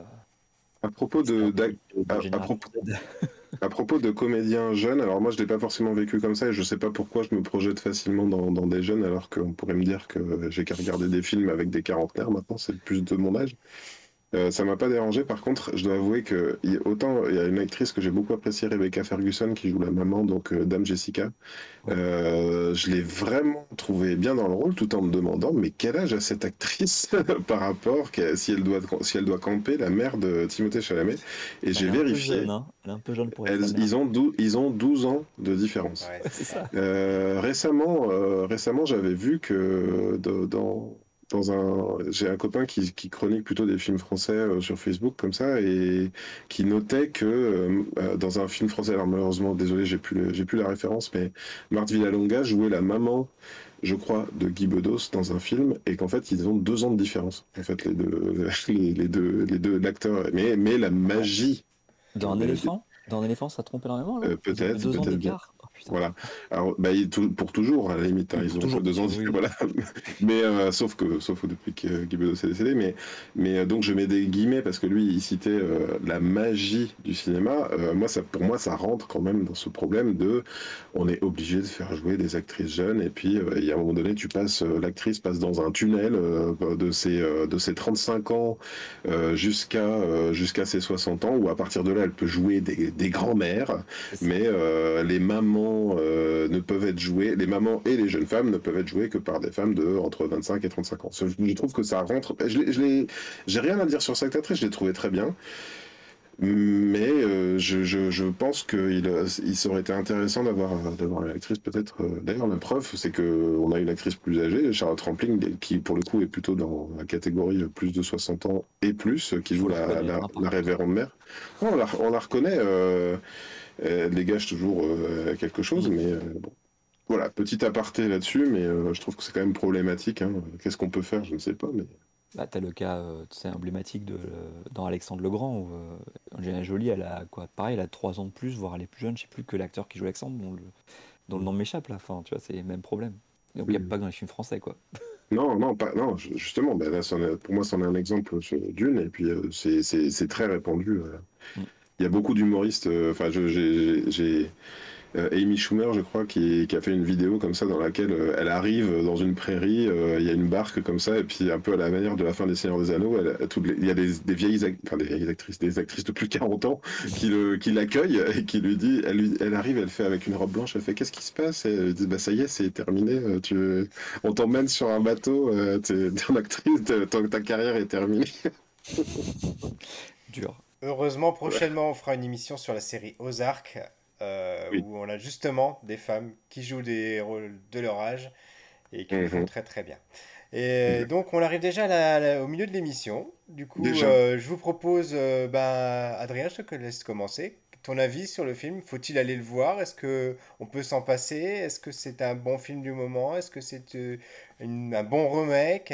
À propos des stars de, de, d'ac- de à, la à génération propos, Z. à propos de comédiens jeunes, alors moi je l'ai pas forcément vécu comme ça, et je sais pas pourquoi je me projette facilement dans, dans des jeunes, alors qu'on pourrait me dire que j'ai qu'à regarder des films avec des quarantenaires maintenant, c'est plus de mon âge. Euh, ça m'a pas dérangé. Par contre, je dois avouer que il- autant il y a une actrice que j'ai beaucoup appréciée, Rebecca Ferguson, qui joue la maman, donc euh, Dame Jessica. Ouais. Euh, je l'ai vraiment trouvée bien dans le rôle, tout en me demandant, mais quel âge a cette actrice par rapport qu'elle- si elle doit si elle doit camper la mère de Timothée Chalamet. Et Elle j'ai est un peu vérifié. jeune, hein. Elle est un peu jeune pour être Elles, sa mère. ils ont dou- ils ont douze ans de différence. Ouais, c'est C'est ça. ça. Euh, récemment, euh, récemment, j'avais vu que de- dans, dans un, j'ai un copain qui, qui chronique plutôt des films français euh, sur Facebook comme ça et qui notait que euh, euh, dans un film français, alors malheureusement, désolé, j'ai plus, le- j'ai plus la référence, mais Marthe Villalonga jouait la maman, je crois, de Guy Bedos dans un film et qu'en fait ils ont deux ans de différence. En fait, les deux, les, les deux, les deux l'acteur, mais mais la Ah bon. magie. Dans un euh, éléphant? Dans un éléphant, ça trompe énormément, là? euh, Ils ont que peut-être, deux ans peut-être bien. d'écart? Oh putain. Voilà. Alors, bah, il- tout- pour toujours, à la limite, hein, Oui, ils pour ont toujours, que deux ans, oui, oui. voilà. Mais euh, sauf que, sauf que depuis que Guy Bedos est décédé, mais, mais euh, donc je mets des guillemets parce que lui, il citait euh, la magie du cinéma. Euh, moi, ça, pour moi, ça rentre quand même dans ce problème de, on est obligé de faire jouer des actrices jeunes et puis euh, il y a un moment donné, tu passes, euh, l'actrice passe dans un tunnel euh, de ses euh, de ses trente-cinq ans euh, jusqu'à euh, jusqu'à ses soixante ans, où à partir de là, elle peut jouer des, des grands-mères. C'est ça. Mais euh, les mamans euh, ne peuvent être jouées, les mamans et les jeunes femmes ne peuvent être jouées que par des femmes de entre vingt-cinq et trente-cinq ans. Je, je trouve que ça rentre. Je l'ai, je l'ai- j'ai rien à dire sur cette actrice, je l'ai trouvée très bien. Mais euh, je, je, je pense qu'il euh, il serait été intéressant d'avoir d'avoir une actrice peut-être. euh, D'ailleurs, la preuve, c'est que on a une actrice plus âgée, Charlotte Rampling, qui pour le coup est plutôt dans la catégorie plus de soixante ans et plus, qui Je joue la la, reconnais, la, hein, par la contre. révérende mère. Non, on la, on la reconnaît. Euh, elle dégage toujours euh, quelque chose, Mm. mais euh, bon. Voilà, petit aparté là-dessus, mais euh, je trouve que c'est quand même problématique, hein. Qu'est-ce qu'on peut faire? Je ne sais pas, mais. Bah, t'as le cas, euh, tu sais, emblématique de, euh, dans Alexandre le Grand, où euh, Angelina Jolie, elle a quoi, pareil, elle a trois ans de plus, voire elle est plus jeune, je sais plus que l'acteur qui joue Alexandre, dont le, dont le nom m'échappe là, enfin, tu vois, c'est le même problème. Donc il n'y a Mm. pas que dans les films français, quoi. Non, non, pas, non, ju- justement, ben là, c'en est- pour moi, c'en est un exemple sur Dune, et puis euh, c'est c'est- c'est très répandu. euh. Mm. Il y a beaucoup d'humoristes, euh, enfin, je- j'ai j'ai- euh, Amy Schumer, je crois, qui, qui a fait une vidéo comme ça dans laquelle euh, elle arrive dans une prairie, euh, il y a une barque comme ça, et puis un peu à la manière de la fin des Seigneurs des Anneaux, elle, elle- toutes les- il y a des, des vieilles, ac- enfin des vieilles actrices, des actrices de plus de quarante ans qui le, qui l'accueillent et qui lui dit, elle, lui- elle arrive, elle fait avec une robe blanche, elle fait qu'est-ce qui se passe? Et elle lui dit bah ça y est, c'est terminé, euh, tu, on t'emmène sur un bateau, euh, t'es t'es une actrice, t'es- ta, ta carrière est terminée. Dur. Heureusement, Ouais. prochainement, on fera une émission sur la série Ozark, euh, Oui. où on a justement des femmes qui jouent des rôles de leur âge et qui le font Mhm. très très bien. Et Exact. donc, on arrive déjà à la- à la- au milieu de l'émission. Du coup, Déjà. euh, je vous propose, euh, ben, Adrien, je te laisse commencer. Ton avis sur le film, faut-il aller le voir? Est-ce que on peut s'en passer? Est-ce que c'est un bon film du moment? Est-ce que c'est euh, une- un bon remake?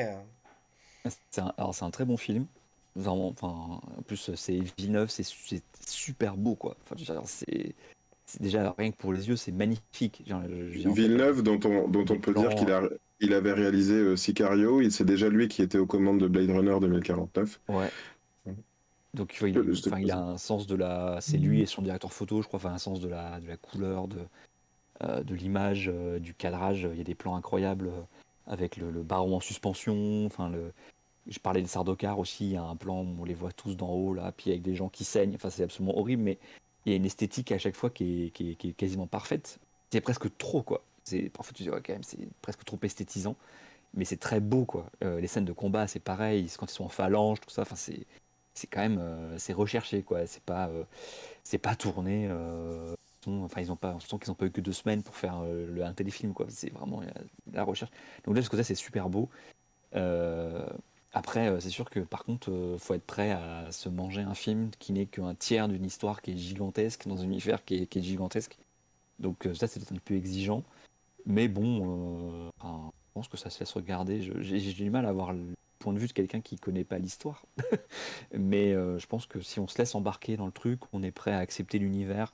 C'est un- alors c'est un très bon film. Vraiment, enfin, en plus c'est Villeneuve, c'est su- c'est super beau quoi. Enfin, je veux dire, c'est c'est déjà rien que pour les yeux, c'est magnifique. Genre, j'ai en tête Villeneuve, dont on, dont des on peut dire qu'il plans. a, il avait réalisé euh, Sicario, il c'est déjà lui qui était aux commandes de Blade Runner deux mille quarante-neuf. Ouais. Donc tu vois, Je- il, je te enfin, il pose. a un sens de la. C'est lui et son directeur photo, je crois, enfin un sens de la, de la couleur, de, euh, de l'image, euh, du cadrage. Il y a des plans incroyables euh, avec le, le baron en suspension. Enfin, le... Je parlais de Sardaukar aussi. Il y a un plan où on les voit tous d'en haut là, puis avec des gens qui saignent. Enfin, c'est absolument horrible, mais il y a une esthétique à chaque fois qui est, qui est, qui est quasiment parfaite. C'est presque trop quoi. C'est parfois tu dis ouais, quand même, c'est presque trop esthétisant, mais c'est très beau quoi. Euh, les scènes de combat, c'est pareil. Quand ils sont en phalange, tout ça. Enfin, c'est c'est quand même euh, c'est recherché quoi. C'est pas euh, c'est pas tourné. euh, Enfin, ils ont pas, on sent qu'ils ont pas eu que deux semaines pour faire euh, le, un téléfilm quoi. C'est vraiment euh, la recherche. Donc là, de ce côté, c'est super beau. Euh, Après, euh, c'est sûr que par contre, euh, faut être prêt à se manger un film qui n'est qu'un tiers d'une histoire qui est gigantesque dans un univers qui est, qui est gigantesque. Donc euh, ça, c'est peut-être un peu exigeant. Mais bon, euh, enfin, je pense que ça se laisse regarder. Je- J'ai j'ai du mal à avoir le point de vue de quelqu'un qui connaît pas l'histoire. Mais euh, je pense que si on se laisse embarquer dans le truc, on est prêt à accepter l'univers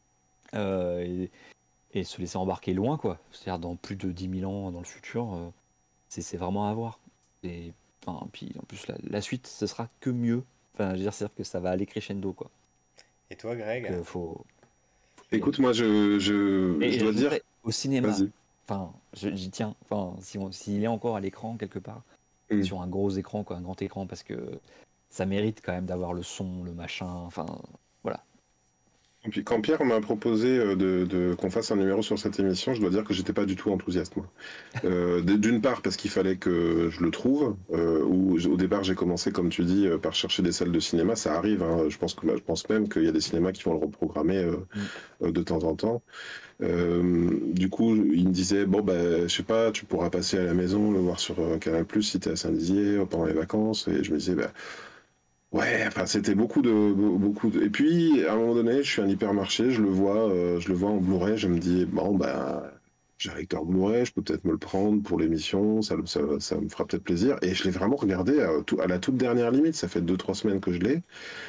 euh, et, et se laisser embarquer loin, quoi. C'est-à-dire dans plus de dix mille ans dans le futur, euh, c'est c'est vraiment à voir. Et enfin, puis en plus, la, la suite, ce sera que mieux. Enfin, je veux dire, c'est-à-dire que ça va aller crescendo, quoi. Et toi, Donc, Greg? euh, faut, faut y aller. Écoute, moi, je, je, Et, je et dois dire, j'ajouterais, au cinéma, vas-y. enfin, je- j'y tiens. Enfin, si on- s'il est encore à l'écran quelque part, Hmm. sur un gros écran, quoi, un grand écran, parce que ça mérite quand même d'avoir le son, le machin. Enfin, voilà. Et puis quand Pierre m'a proposé euh, de, de- qu'on fasse un numéro sur cette émission, je dois dire que j'étais pas du tout enthousiaste, moi. Euh, d- d'une part parce qu'il fallait que je le trouve. Euh, où, au départ j'ai commencé, comme tu dis, euh, par chercher des salles de cinéma. Ça arrive, hein. Je pense que bah, je pense même qu'il y a des cinémas qui vont le reprogrammer euh, Mm. euh, de temps en temps. Euh, du coup, il me disait bon bah je sais pas, tu pourras passer à la maison le voir sur euh, Canal+ si t'es à Saint-Dizier euh, pendant les vacances. Et je me disais bah ouais, enfin c'était beaucoup de be- beaucoup de... Et puis à un moment donné, je suis à un hypermarché, je le vois, euh, je le vois en Blu-ray, je me dis bon bah j'ai un lecteur Blu-ray, je peux peut-être me le prendre pour l'émission, ça, ça, ça me fera peut-être plaisir. Et je l'ai vraiment regardé à, tout- à la toute dernière limite, ça fait deux trois semaines que je l'ai.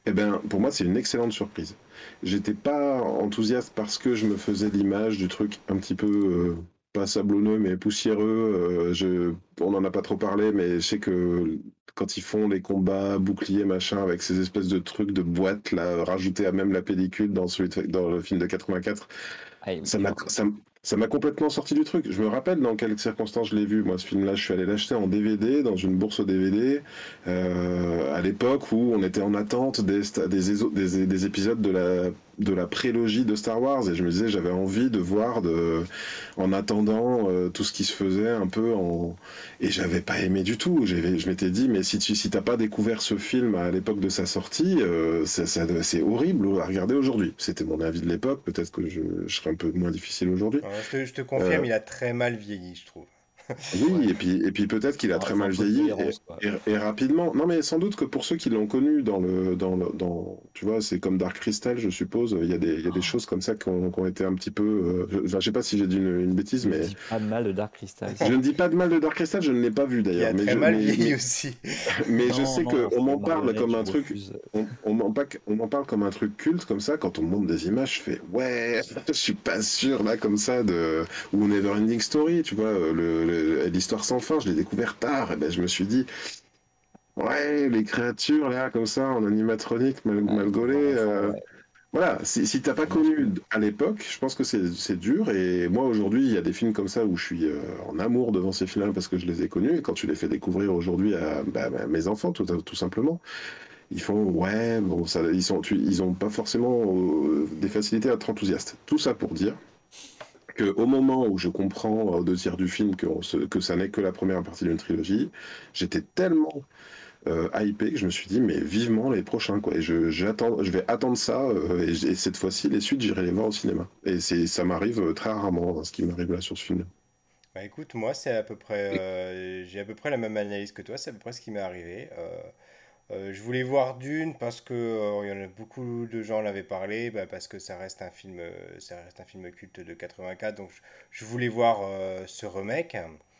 Eh ben, pour moi, c'est une excellente surprise. J'étais pas enthousiaste parce que je me faisais l'image du truc un petit peu, euh, pas sablonneux, mais poussiéreux. Euh, je, on n'en a pas trop parlé, mais je sais que quand ils font les combats boucliers, machin, avec ces espèces de trucs de boîtes, là, rajoutés à même la pellicule dans, celui de- dans le film de quatre-vingt-quatre, Ah, il- ça il m'a, va- ça, m- ça m'a complètement sorti du truc. Je me rappelle dans quelles circonstances je l'ai vu. Moi, ce film-là, je suis allé l'acheter en D V D, dans une bourse au D V D, euh, à l'époque où on était en attente des, sta- des, éso- des, des épisodes de la, de la prélogie de Star Wars. Et je me disais, j'avais envie de voir, de, en attendant, euh, tout ce qui se faisait un peu en... Et j'avais pas aimé du tout. J'avais, je m'étais dit, mais si tu si t'as pas découvert ce film à l'époque de sa sortie, euh, ça, ça- c'est horrible à regarder aujourd'hui. C'était mon avis de l'époque. Peut-être que je, je serais un peu moins difficile aujourd'hui. Euh, je te, je te Euh, confirme, il a très mal vieilli, je trouve. oui, ouais. et puis, et puis peut-être qu'il a Faut un, très faut un mal peu de vieilli tolérance, quoi. et, et- et rapidement. Non, mais sans doute que pour ceux qui l'ont connu dans le, dans le, dans, tu vois, c'est comme Dark Crystal, je suppose. Il y a des, il y a des choses comme ça qui ont, qui ont été un petit peu. Euh, je, enfin, je sais pas si j'ai dit une, une bêtise, Ne mais dis pas de mal de Dark Crystal. je ne dis pas de mal de Dark Crystal. Je ne l'ai pas vu Il d'ailleurs, a mais très je, mal mais, vieilli mais, aussi. mais je Non, sais non, que on c'est m'en parle Marionette, comme je un truc. refuse. On, on m'en pa- on m'en parle comme un truc culte comme ça. Quand on me montre des images, je fais ouais, je suis pas sûr là comme ça de ou Neverending Story, tu vois, le, le- l'histoire sans fin. Je l'ai découvert tard. Et ben je me suis dit ouais, les créatures là comme ça en animatronique mal, Ah, mal pour gaulées. voir enfant, euh, ouais, voilà, si, si t'as pas c'est monstrueux. connu à l'époque, je pense que c'est c'est dur. Et moi aujourd'hui, il y a des films comme ça où je suis euh, en amour devant ces films-là parce que je les ai connus. Et quand tu les fais découvrir aujourd'hui à, bah, à mes enfants, tout, tout simplement. Ils font ouais, bon, ça, ils sont, tu- ils ont pas forcément euh, des facilités à être enthousiastes. Tout ça pour dire que au moment où je comprends euh, au deux tiers du film que, on se- que ça n'est que la première partie d'une trilogie, j'étais tellement euh, hypé que je me suis dit mais vivement les prochains quoi. Et je, j'attends, je vais attendre ça euh, et, j- et cette fois-ci les suites j'irai les voir au cinéma. Et c'est, ça m'arrive euh, très rarement hein, ce qui m'arrive là sur ce film. Bah écoute, moi c'est à peu près, euh, j'ai à peu près la même analyse que toi, c'est à peu près ce qui m'est arrivé. Euh, euh, je voulais voir Dune parce que euh, il y en a beaucoup de gens l'avaient parlé, bah, parce que ça reste un film, euh, ça reste un film culte de quatre-vingt-quatre, donc je, je voulais voir euh, ce remake.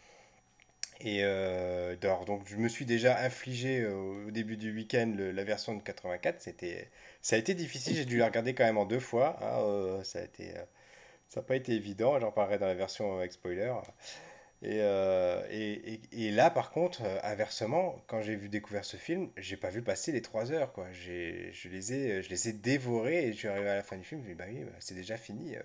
Et euh, alors, donc je me suis déjà infligé euh, au début du week-end le- la version de quatre-vingt-quatre. C'était, ça a été difficile, j'ai dû la regarder quand même en deux fois, hein, euh, ça a été, euh, ça n'a pas été évident, j'en parlerai dans la version euh, avec spoiler. Et, euh, et, et- et là, par contre, euh, inversement, quand j'ai vu découvert ce film, j'ai pas vu passer les trois heures, quoi. J'ai, je les ai, je les ai dévorés et je suis arrivé à la fin du film, je me dis, bah oui, bah, c'est déjà fini. euh.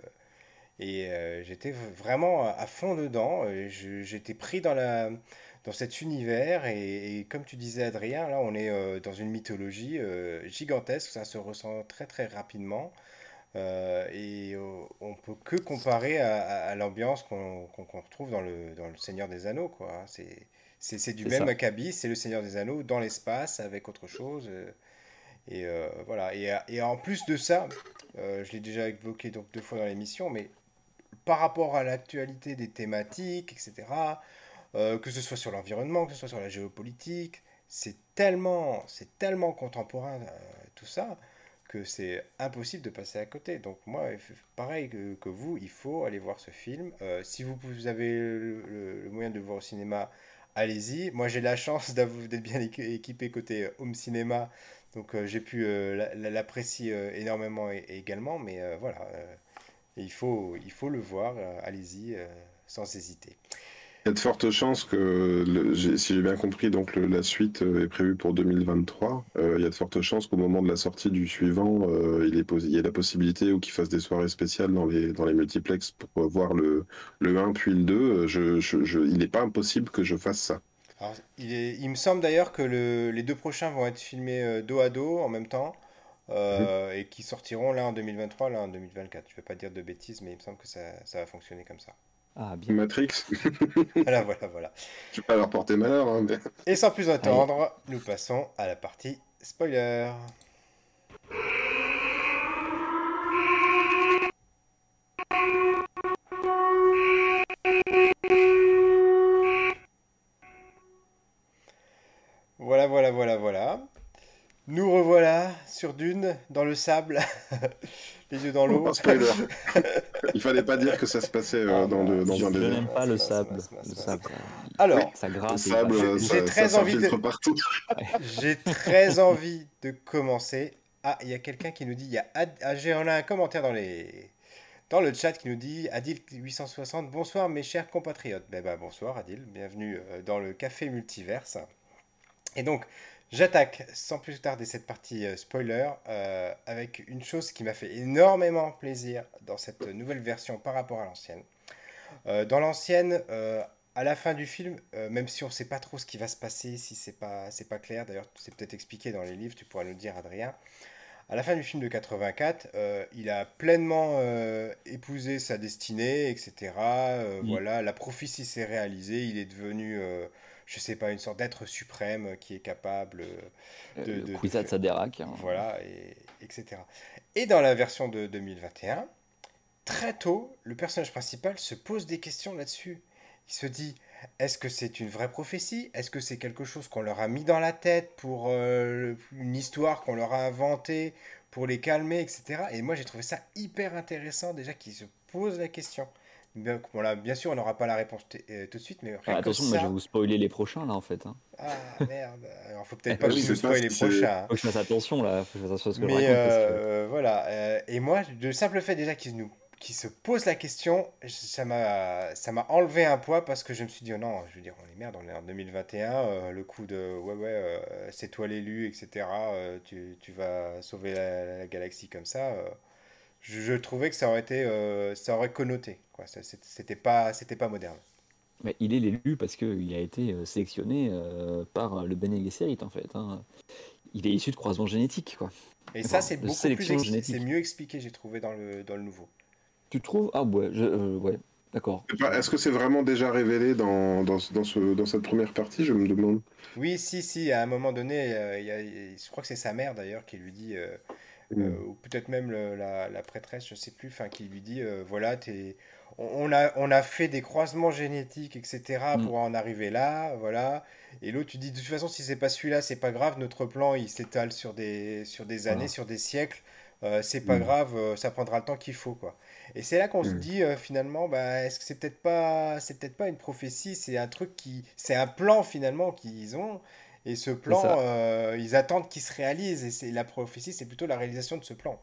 Et euh, j'étais vraiment à à fond dedans. et je- J'étais pris dans la, dans cet univers. Et, et comme tu disais, Adrien, là, on est euh, dans une mythologie euh, gigantesque. Ça se ressent très, très rapidement. Euh, et euh, on peut que comparer à, à- à l'ambiance qu'on qu'on- qu'on retrouve dans le, dans le Seigneur des Anneaux, quoi. hein. C'est, c'est, c'est du C'est même ça. acabit, c'est le Seigneur des Anneaux dans l'espace avec autre chose. euh, et euh, voilà. Et, et en plus de ça, euh, je l'ai déjà évoqué donc deux fois dans l'émission, mais par rapport à l'actualité des thématiques, et cetera, euh, que ce soit sur l'environnement, que ce soit sur la géopolitique, c'est tellement, c'est tellement contemporain euh, tout ça que c'est impossible de passer à côté. Donc moi, pareil que, que vous, il faut aller voir ce film. Euh, si vous, vous avez le, le- le moyen de le voir au cinéma, allez-y. Moi, j'ai la chance d'av- d'être bien équi- équipé côté home cinéma, donc euh, j'ai pu euh, la- la- l'apprécier euh, énormément et- également. Mais euh, voilà, euh, et il faut, il faut le voir, euh, allez-y, euh, sans hésiter. Il y a de fortes chances que, le- j'ai- si j'ai bien compris, donc le- la suite euh, est prévue pour deux mille vingt-trois. Euh, il y a de fortes chances qu'au moment de la sortie du suivant, euh, il est pos- il y ait la possibilité ou qu'ils fassent des soirées spéciales dans les, dans les multiplex pour euh, voir le, le un puis le deux. Euh, Je, je- je- il n'est pas impossible que je fasse ça. Alors, il est- il me semble d'ailleurs que le- les deux prochains vont être filmés euh, dos à dos en même temps, Mhm. euh, et qui sortiront l'un en deux mille vingt-trois, l'un en deux mille vingt-quatre. Je ne vais pas dire de bêtises, mais il me semble que ça, ça va fonctionner comme ça. Ah, bien. Matrix, Voilà, voilà, voilà. je vais pas leur porter malheur, hein, mais- Et sans plus Allez. attendre, nous passons à la partie spoiler. Voilà, voilà, voilà, voilà. Nous revoilà sur Dune, dans le sable, les yeux dans Oh, l'eau. spoiler. Il fallait pas dire que ça se passait euh, Ah dans, de- mince, dans Je, un je désert. n'aime pas le mince, sable. mince, mince, Le mince. sable, Oui, Alors, ça le gratte et sable, pas j'ai euh, chaud. j'ai ça, ça très envie s'infiltre de, partout. j'ai très envie de commencer Ah, il y a quelqu'un qui nous dit, il y a Ad- ah, j'ai- on a un commentaire dans les dans le chat qui nous dit Adil huit cent soixante, bonsoir mes chers compatriotes. Ben, ben, bonsoir Adil, bienvenue euh, dans le café multiverse. Et donc, j'attaque sans plus tarder cette partie euh, spoiler euh, avec une chose qui m'a fait énormément plaisir dans cette nouvelle version par rapport à l'ancienne. Euh, dans l'ancienne, euh, à la fin du film, euh, même si on ne sait pas trop ce qui va se passer, si c'est pas, c'est pas clair, d'ailleurs c'est peut-être expliqué dans les livres, tu pourras nous le dire Adrien, à la fin du film de quatre-vingt-quatre, euh, il a pleinement euh, épousé sa destinée, et cetera. Euh, Mm. voilà, la prophétie s'est réalisée, il est devenu, euh, je sais pas, une sorte d'être suprême euh, qui est capable euh, Euh, de, le de, de Kwisatz faire... Haderach, hein. Voilà, et, etc. Et dans la version de deux mille vingt et un, très tôt, le personnage principal se pose des questions là-dessus. Il se dit, est-ce que c'est une vraie prophétie? Est-ce que c'est quelque chose qu'on leur a mis dans la tête pour euh, une histoire qu'on leur a inventée pour les calmer, et cetera. Et moi, j'ai trouvé ça hyper intéressant déjà qu'ils se posent la question. Bien, bon, là, bien sûr, on n'aura pas la réponse t- euh, tout de suite, mais Ah, rien que attention, moi je vais ça... vous spoiler les prochains là en fait, hein. Ah, merde. Alors, faut Eh peut-être pas bah que Je tu oui, nous sais pas spoil les si c'est. prochains, hein. faut que je fasse attention là, faut que je fasse attention à ce que je Mais raconte parce que euh, voilà. Euh, et moi, le simple fait déjà qu'ils nous, qu'ils se posent la question, ça m'a, ça m'a enlevé un poids parce que je me suis dit, oh non, je veux dire, on est merde, on est en deux mille vingt et un, euh, le coup de, ouais, ouais, euh, c'est toi l'élu, et cetera euh, tu, tu vas sauver la, la galaxie comme ça. euh, je, je trouvais que ça aurait été, euh, ça aurait connoté, quoi. Ça, c'est- C'était pas, c'était pas moderne. mais il est l'élu parce qu'il a été euh, sélectionné euh, par le Bene Gesserit en fait, hein. Il est issu de croisement génétique quoi. Et ça, Enfin, c'est de beaucoup plus, sélection ex- c'est génétique. mieux expliqué, j'ai trouvé dans le, dans le nouveau. Tu trouves? Ah ouais, je, euh, ouais, d'accord. Je sais pas, Est-ce que c'est vraiment déjà révélé dans, dans, ce- dans, ce, dans cette première partie, je me demande. Oui, si, si, à un moment donné, euh, il y a- je crois que c'est sa mère d'ailleurs qui lui dit, euh, euh, Hmm. ou peut-être même le- la, la prêtresse, je sais plus, enfin, qui lui dit, euh, voilà, t'es, on, on a, on a fait des croisements génétiques, et cetera, Mm. pour en arriver là, voilà. Et l'autre, tu dis, de toute façon, si c'est pas celui-là, c'est pas grave, notre plan, il s'étale sur des, sur des années, Voilà. sur des siècles, euh, c'est pas Hmm. grave, euh, ça prendra le temps qu'il faut, quoi. Et c'est là qu'on se Hmm. dit, euh, finalement, bah, est-ce que c'est peut-être pas, c'est peut-être pas une prophétie, c'est un truc qui, c'est un plan, finalement, qu'ils ont. Et ce C'est plan, ça, euh, ils attendent qu'il se réalise. Et c'est la prophétie, c'est plutôt la réalisation de ce plan.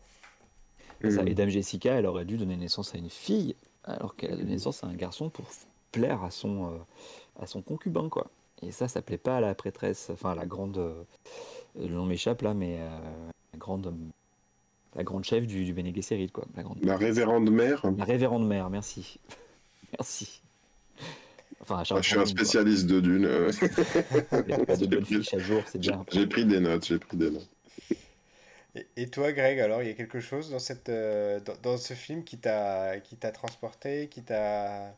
c'est ça. Et Hmm. Dame Jessica, elle aurait dû donner naissance à une fille, alors qu'elle a donné naissance à un garçon pour plaire à son, euh, à son concubin, quoi. Et ça, ça plaît pas à la prêtresse, enfin à la grande, euh, le nom m'échappe là, mais euh, la grande, la grande chef du, du Bene Gesserit, quoi, la grande La prêtresse. révérende mère. La révérende mère, merci. Merci. Enfin, à Ah, Charles je suis un Gambon, quoi. spécialiste de Dune. euh. Pas pas de J'ai bonne pris, fiche à jour, c'est j'ai- bien. j'ai pris des notes, j'ai pris des notes. Et, et toi, Greg, alors, il y a quelque chose dans cette, euh, dans, dans ce film qui t'a, qui t'a transporté, qui t'a...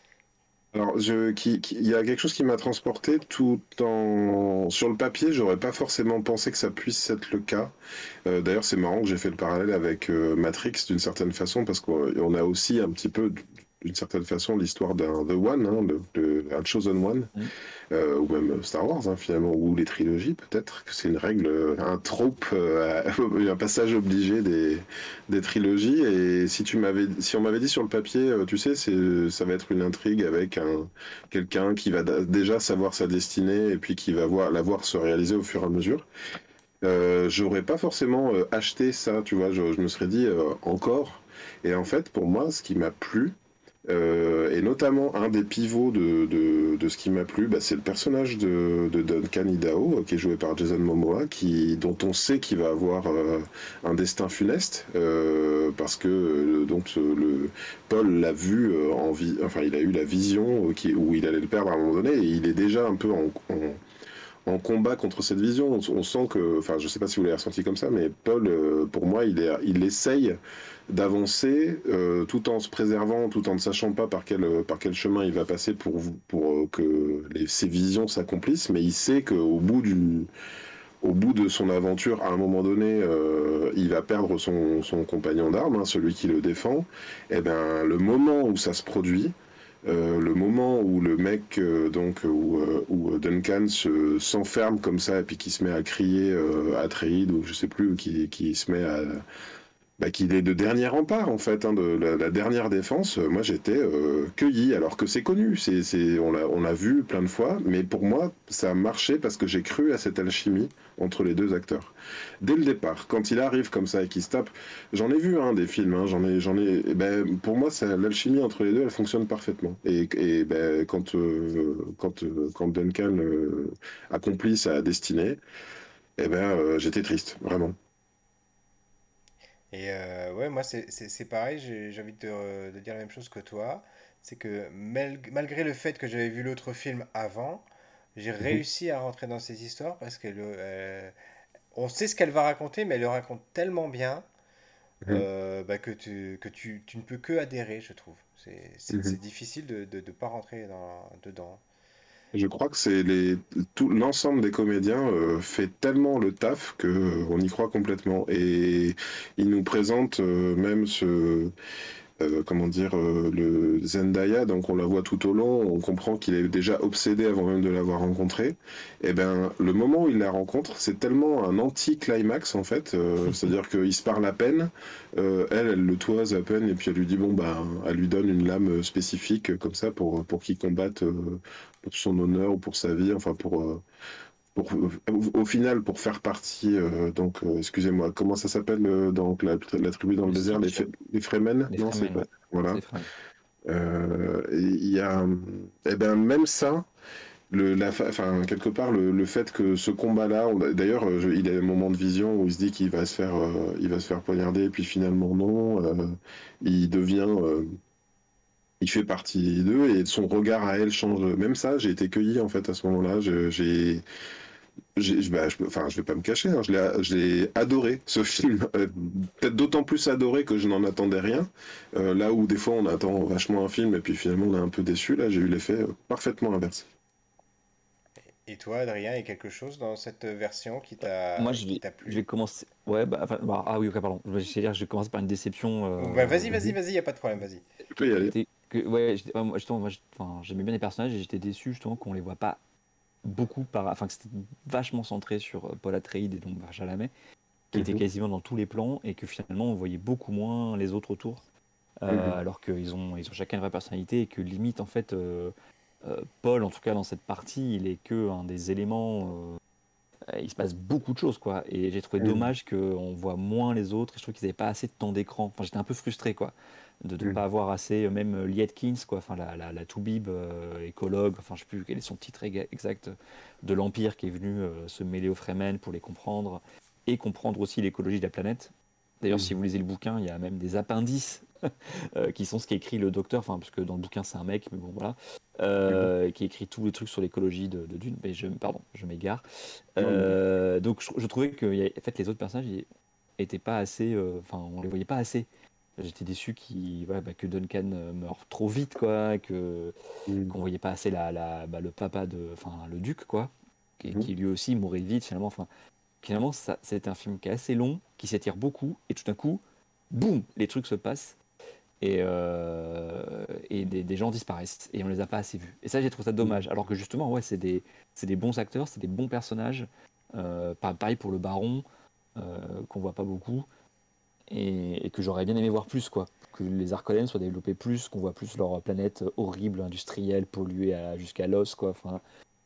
Alors, je, qui, qui- il y a quelque chose qui m'a transporté tout en... Sur le papier, j'aurais pas forcément pensé que ça puisse être le cas. Euh, d'ailleurs, c'est marrant que j'ai fait le parallèle avec euh, Matrix d'une certaine façon, parce qu'on on a aussi un petit peu, d'une certaine façon, l'histoire d'un The One, hein, le, le- un Chosen One, Mm. euh, ou même Star Wars, hein, finalement, ou les trilogies, peut-être, que c'est une règle, euh, un trope, euh, un passage obligé des, des trilogies. Et si tu m'avais, si on m'avait dit sur le papier, euh, tu sais, c'est, ça va être une intrigue avec un, quelqu'un qui va da- déjà savoir sa destinée et puis qui va voir, la voir se réaliser au fur et à mesure. Euh, j'aurais pas forcément euh, acheté ça, tu vois, je, je me serais dit euh, encore. Et en fait, pour moi, ce qui m'a plu, euh, et notamment un des pivots de, de, de ce qui m'a plu, bah, c'est le personnage de, de Duncan Idaho, euh, qui est joué par Jason Momoa, qui, dont on sait qu'il va avoir euh, un destin funeste, euh, parce que euh, donc ce- le, Paul l'a vu euh, en vie, enfin il a eu la vision euh, qui, où il allait le perdre à un moment donné, et il est déjà un peu en, en en combat contre cette vision. On, on sent que, enfin, je sais pas si vous l'avez ressenti comme ça, mais Paul, euh, pour moi, il, est, il essaye d'avancer euh, tout en se préservant, tout en ne sachant pas par quel, par quel chemin il va passer pour, pour euh, que les, ses visions s'accomplissent, mais il sait qu'au bout du, au bout de son aventure, à un moment donné, euh, il va perdre son, son compagnon d'armes, hein, celui qui le défend. Et ben, le moment où ça se produit, euh, le moment où le mec, euh, donc, où, euh, où Duncan se, s'enferme comme ça et puis qui se met à crier euh, à Atreide ou je sais plus, qui, qui se met à, bah, qu'il est de dernier rempart en fait, hein, de la, la dernière défense. Euh, Moi j'étais euh, cueilli, alors que c'est connu, c'est, c'est, on l'a, on l'a vu plein de fois, mais pour moi ça a marché parce que j'ai cru à cette alchimie entre les deux acteurs. Dès le départ, quand il arrive comme ça et qu'il se tape, j'en ai vu hein, des films, hein, j'en ai, j'en ai, eh ben, pour moi ça, l'alchimie entre les deux elle fonctionne parfaitement. Et, et ben, quand, euh, quand, euh, quand Duncan euh, accomplit sa destinée, eh ben, euh, j'étais triste, vraiment. Et euh, ouais, moi c'est c'est- c'est pareil, j'ai j'ai envie de, te- de dire la même chose que toi. C'est que mal- malgré le fait que j'avais vu l'autre film avant, j'ai Mhm. réussi à rentrer dans ces histoires parce que le, euh, on sait ce qu'elle va raconter, mais elle le raconte tellement bien Mhm. euh, bah, que, tu, que tu, tu ne peux que adhérer, je trouve. C'est c'est- c'est Mhm. difficile de ne de, de pas rentrer dans, dedans. Je crois que c'est les tout l'ensemble des comédiens euh, fait tellement le taf que euh, on y croit complètement et ils nous présentent euh, même ce euh, comment dire euh, le Zendaya, donc on la voit tout au long, on comprend qu'il est déjà obsédé avant même de l'avoir rencontré. Et ben le moment où il la rencontre, c'est tellement un anti-climax en fait, euh, c'est-à-dire qu'il se parle à peine, euh, elle elle le toise à peine et puis elle lui dit bon ben elle lui donne une lame spécifique euh, comme ça pour pour qu'il combatte euh, pour son honneur ou pour sa vie, enfin pour euh, pour, au final, pour faire partie, euh, donc, euh, excusez-moi, comment ça s'appelle euh, donc la, la tribu dans le Le désert, les, Sikh, Fé- les Fremen? les Non, c'est Fremen, pas. ouais. Voilà. Les Fremen. Euh, et Il y a, eh ben, même ça, le, la, fa- enfin, quelque part, le, le fait que ce combat-là, on a- d'ailleurs, euh, je- il a un moment de vision où il se dit qu'il va se faire, euh, il va se faire poignarder, et puis finalement non, euh, il devient, euh, il fait partie d'eux, et son regard à elle change. Même ça, j'ai été cueilli en fait à ce moment-là. Je- J'ai j'ai- bah, je, peux- enfin, je vais pas me cacher, hein, je l'ai, je l'ai adoré ce film. Euh, peut-être d'autant plus adoré que je n'en attendais rien. Euh, là où des fois on attend vachement un film et puis finalement on est un peu déçu, là j'ai eu l'effet euh, parfaitement inverse. Et toi, Adrien, il y a quelque chose dans cette version qui Moi, t'a je qui vais, t'a je plu? vais commencer. Ouais, bah, enfin, bah, ah oui, ok, pardon. Je vais je vais dire, je vais commencer par une déception. Ou ben, vas-y, euh, vas-y, Mhm. vas-y, il n'y a pas de problème, vas-y. Tu peux y qui aller. était, que, ouais, j'étais- ouais, moi, justement, moi, j'ai- enfin, j'aimais bien les personnages et j'étais déçu justement qu'on les voit pas beaucoup par. Enfin, que c'était vachement centré sur euh, Paul Atreides et donc bah, Chalamet, qui était Mhm. quasiment dans tous les plans et que finalement on voyait beaucoup moins les autres autour. Euh, Mhm. alors qu'ils ont, ils ont chacun une vraie personnalité et que limite, en fait, euh, euh, Paul, en tout cas dans cette partie, il est que un des éléments. euh, il se passe beaucoup de choses, quoi. Et j'ai trouvé Mhm. dommage qu'on voit moins les autres. Et je trouve qu'ils n'avaient pas assez de temps d'écran. Enfin, j'étais un peu frustré, quoi, de ne pas Mhm. avoir assez. euh, Même euh, Lee Atkins, quoi. Enfin, la, la, la Toubib, euh, écologue. Enfin, je sais plus quel est son titre éga- exact de l'Empire qui est venu euh, se mêler aux Fremen pour les comprendre et comprendre aussi l'écologie de la planète. D'ailleurs, si Mhm. vous lisez le bouquin, il y a même des appendices euh, qui sont ce qu'écrit le docteur, enfin, parce que dans le bouquin c'est un mec, mais bon voilà, Mhm. euh, qui écrit tous les trucs sur l'écologie de, de Dune. Mais je, pardon, je m'égare. Non, mais- Euh, donc je, je trouvais que y a- en fait, les autres personnages ils étaient pas assez, euh, enfin, on les voyait pas assez. J'étais déçu qu'il, voilà, bah, que Duncan euh, meure trop vite, quoi, que Mhm. qu'on voyait pas assez la, la- bah, le papa de, enfin, le duc, quoi, qui, Mhm. qui lui aussi mourait vite finalement. Enfin, finalement, ça, c'est un film qui est assez long, qui s'étire beaucoup, et tout d'un coup, boum, les trucs se passent et, euh, et des, des gens disparaissent et on les a pas assez vus. Et ça, j'ai trouvé ça dommage. Alors que justement, ouais, c'est des, c'est des bons acteurs, c'est des bons personnages. Euh, pa- pareil pour le Baron, euh, qu'on voit pas beaucoup et, et que j'aurais bien aimé voir plus, quoi. Que les Arcolènes soient développés plus, qu'on voit plus leur planète horrible, industrielle, polluée à- jusqu'à l'os, quoi. Enfin,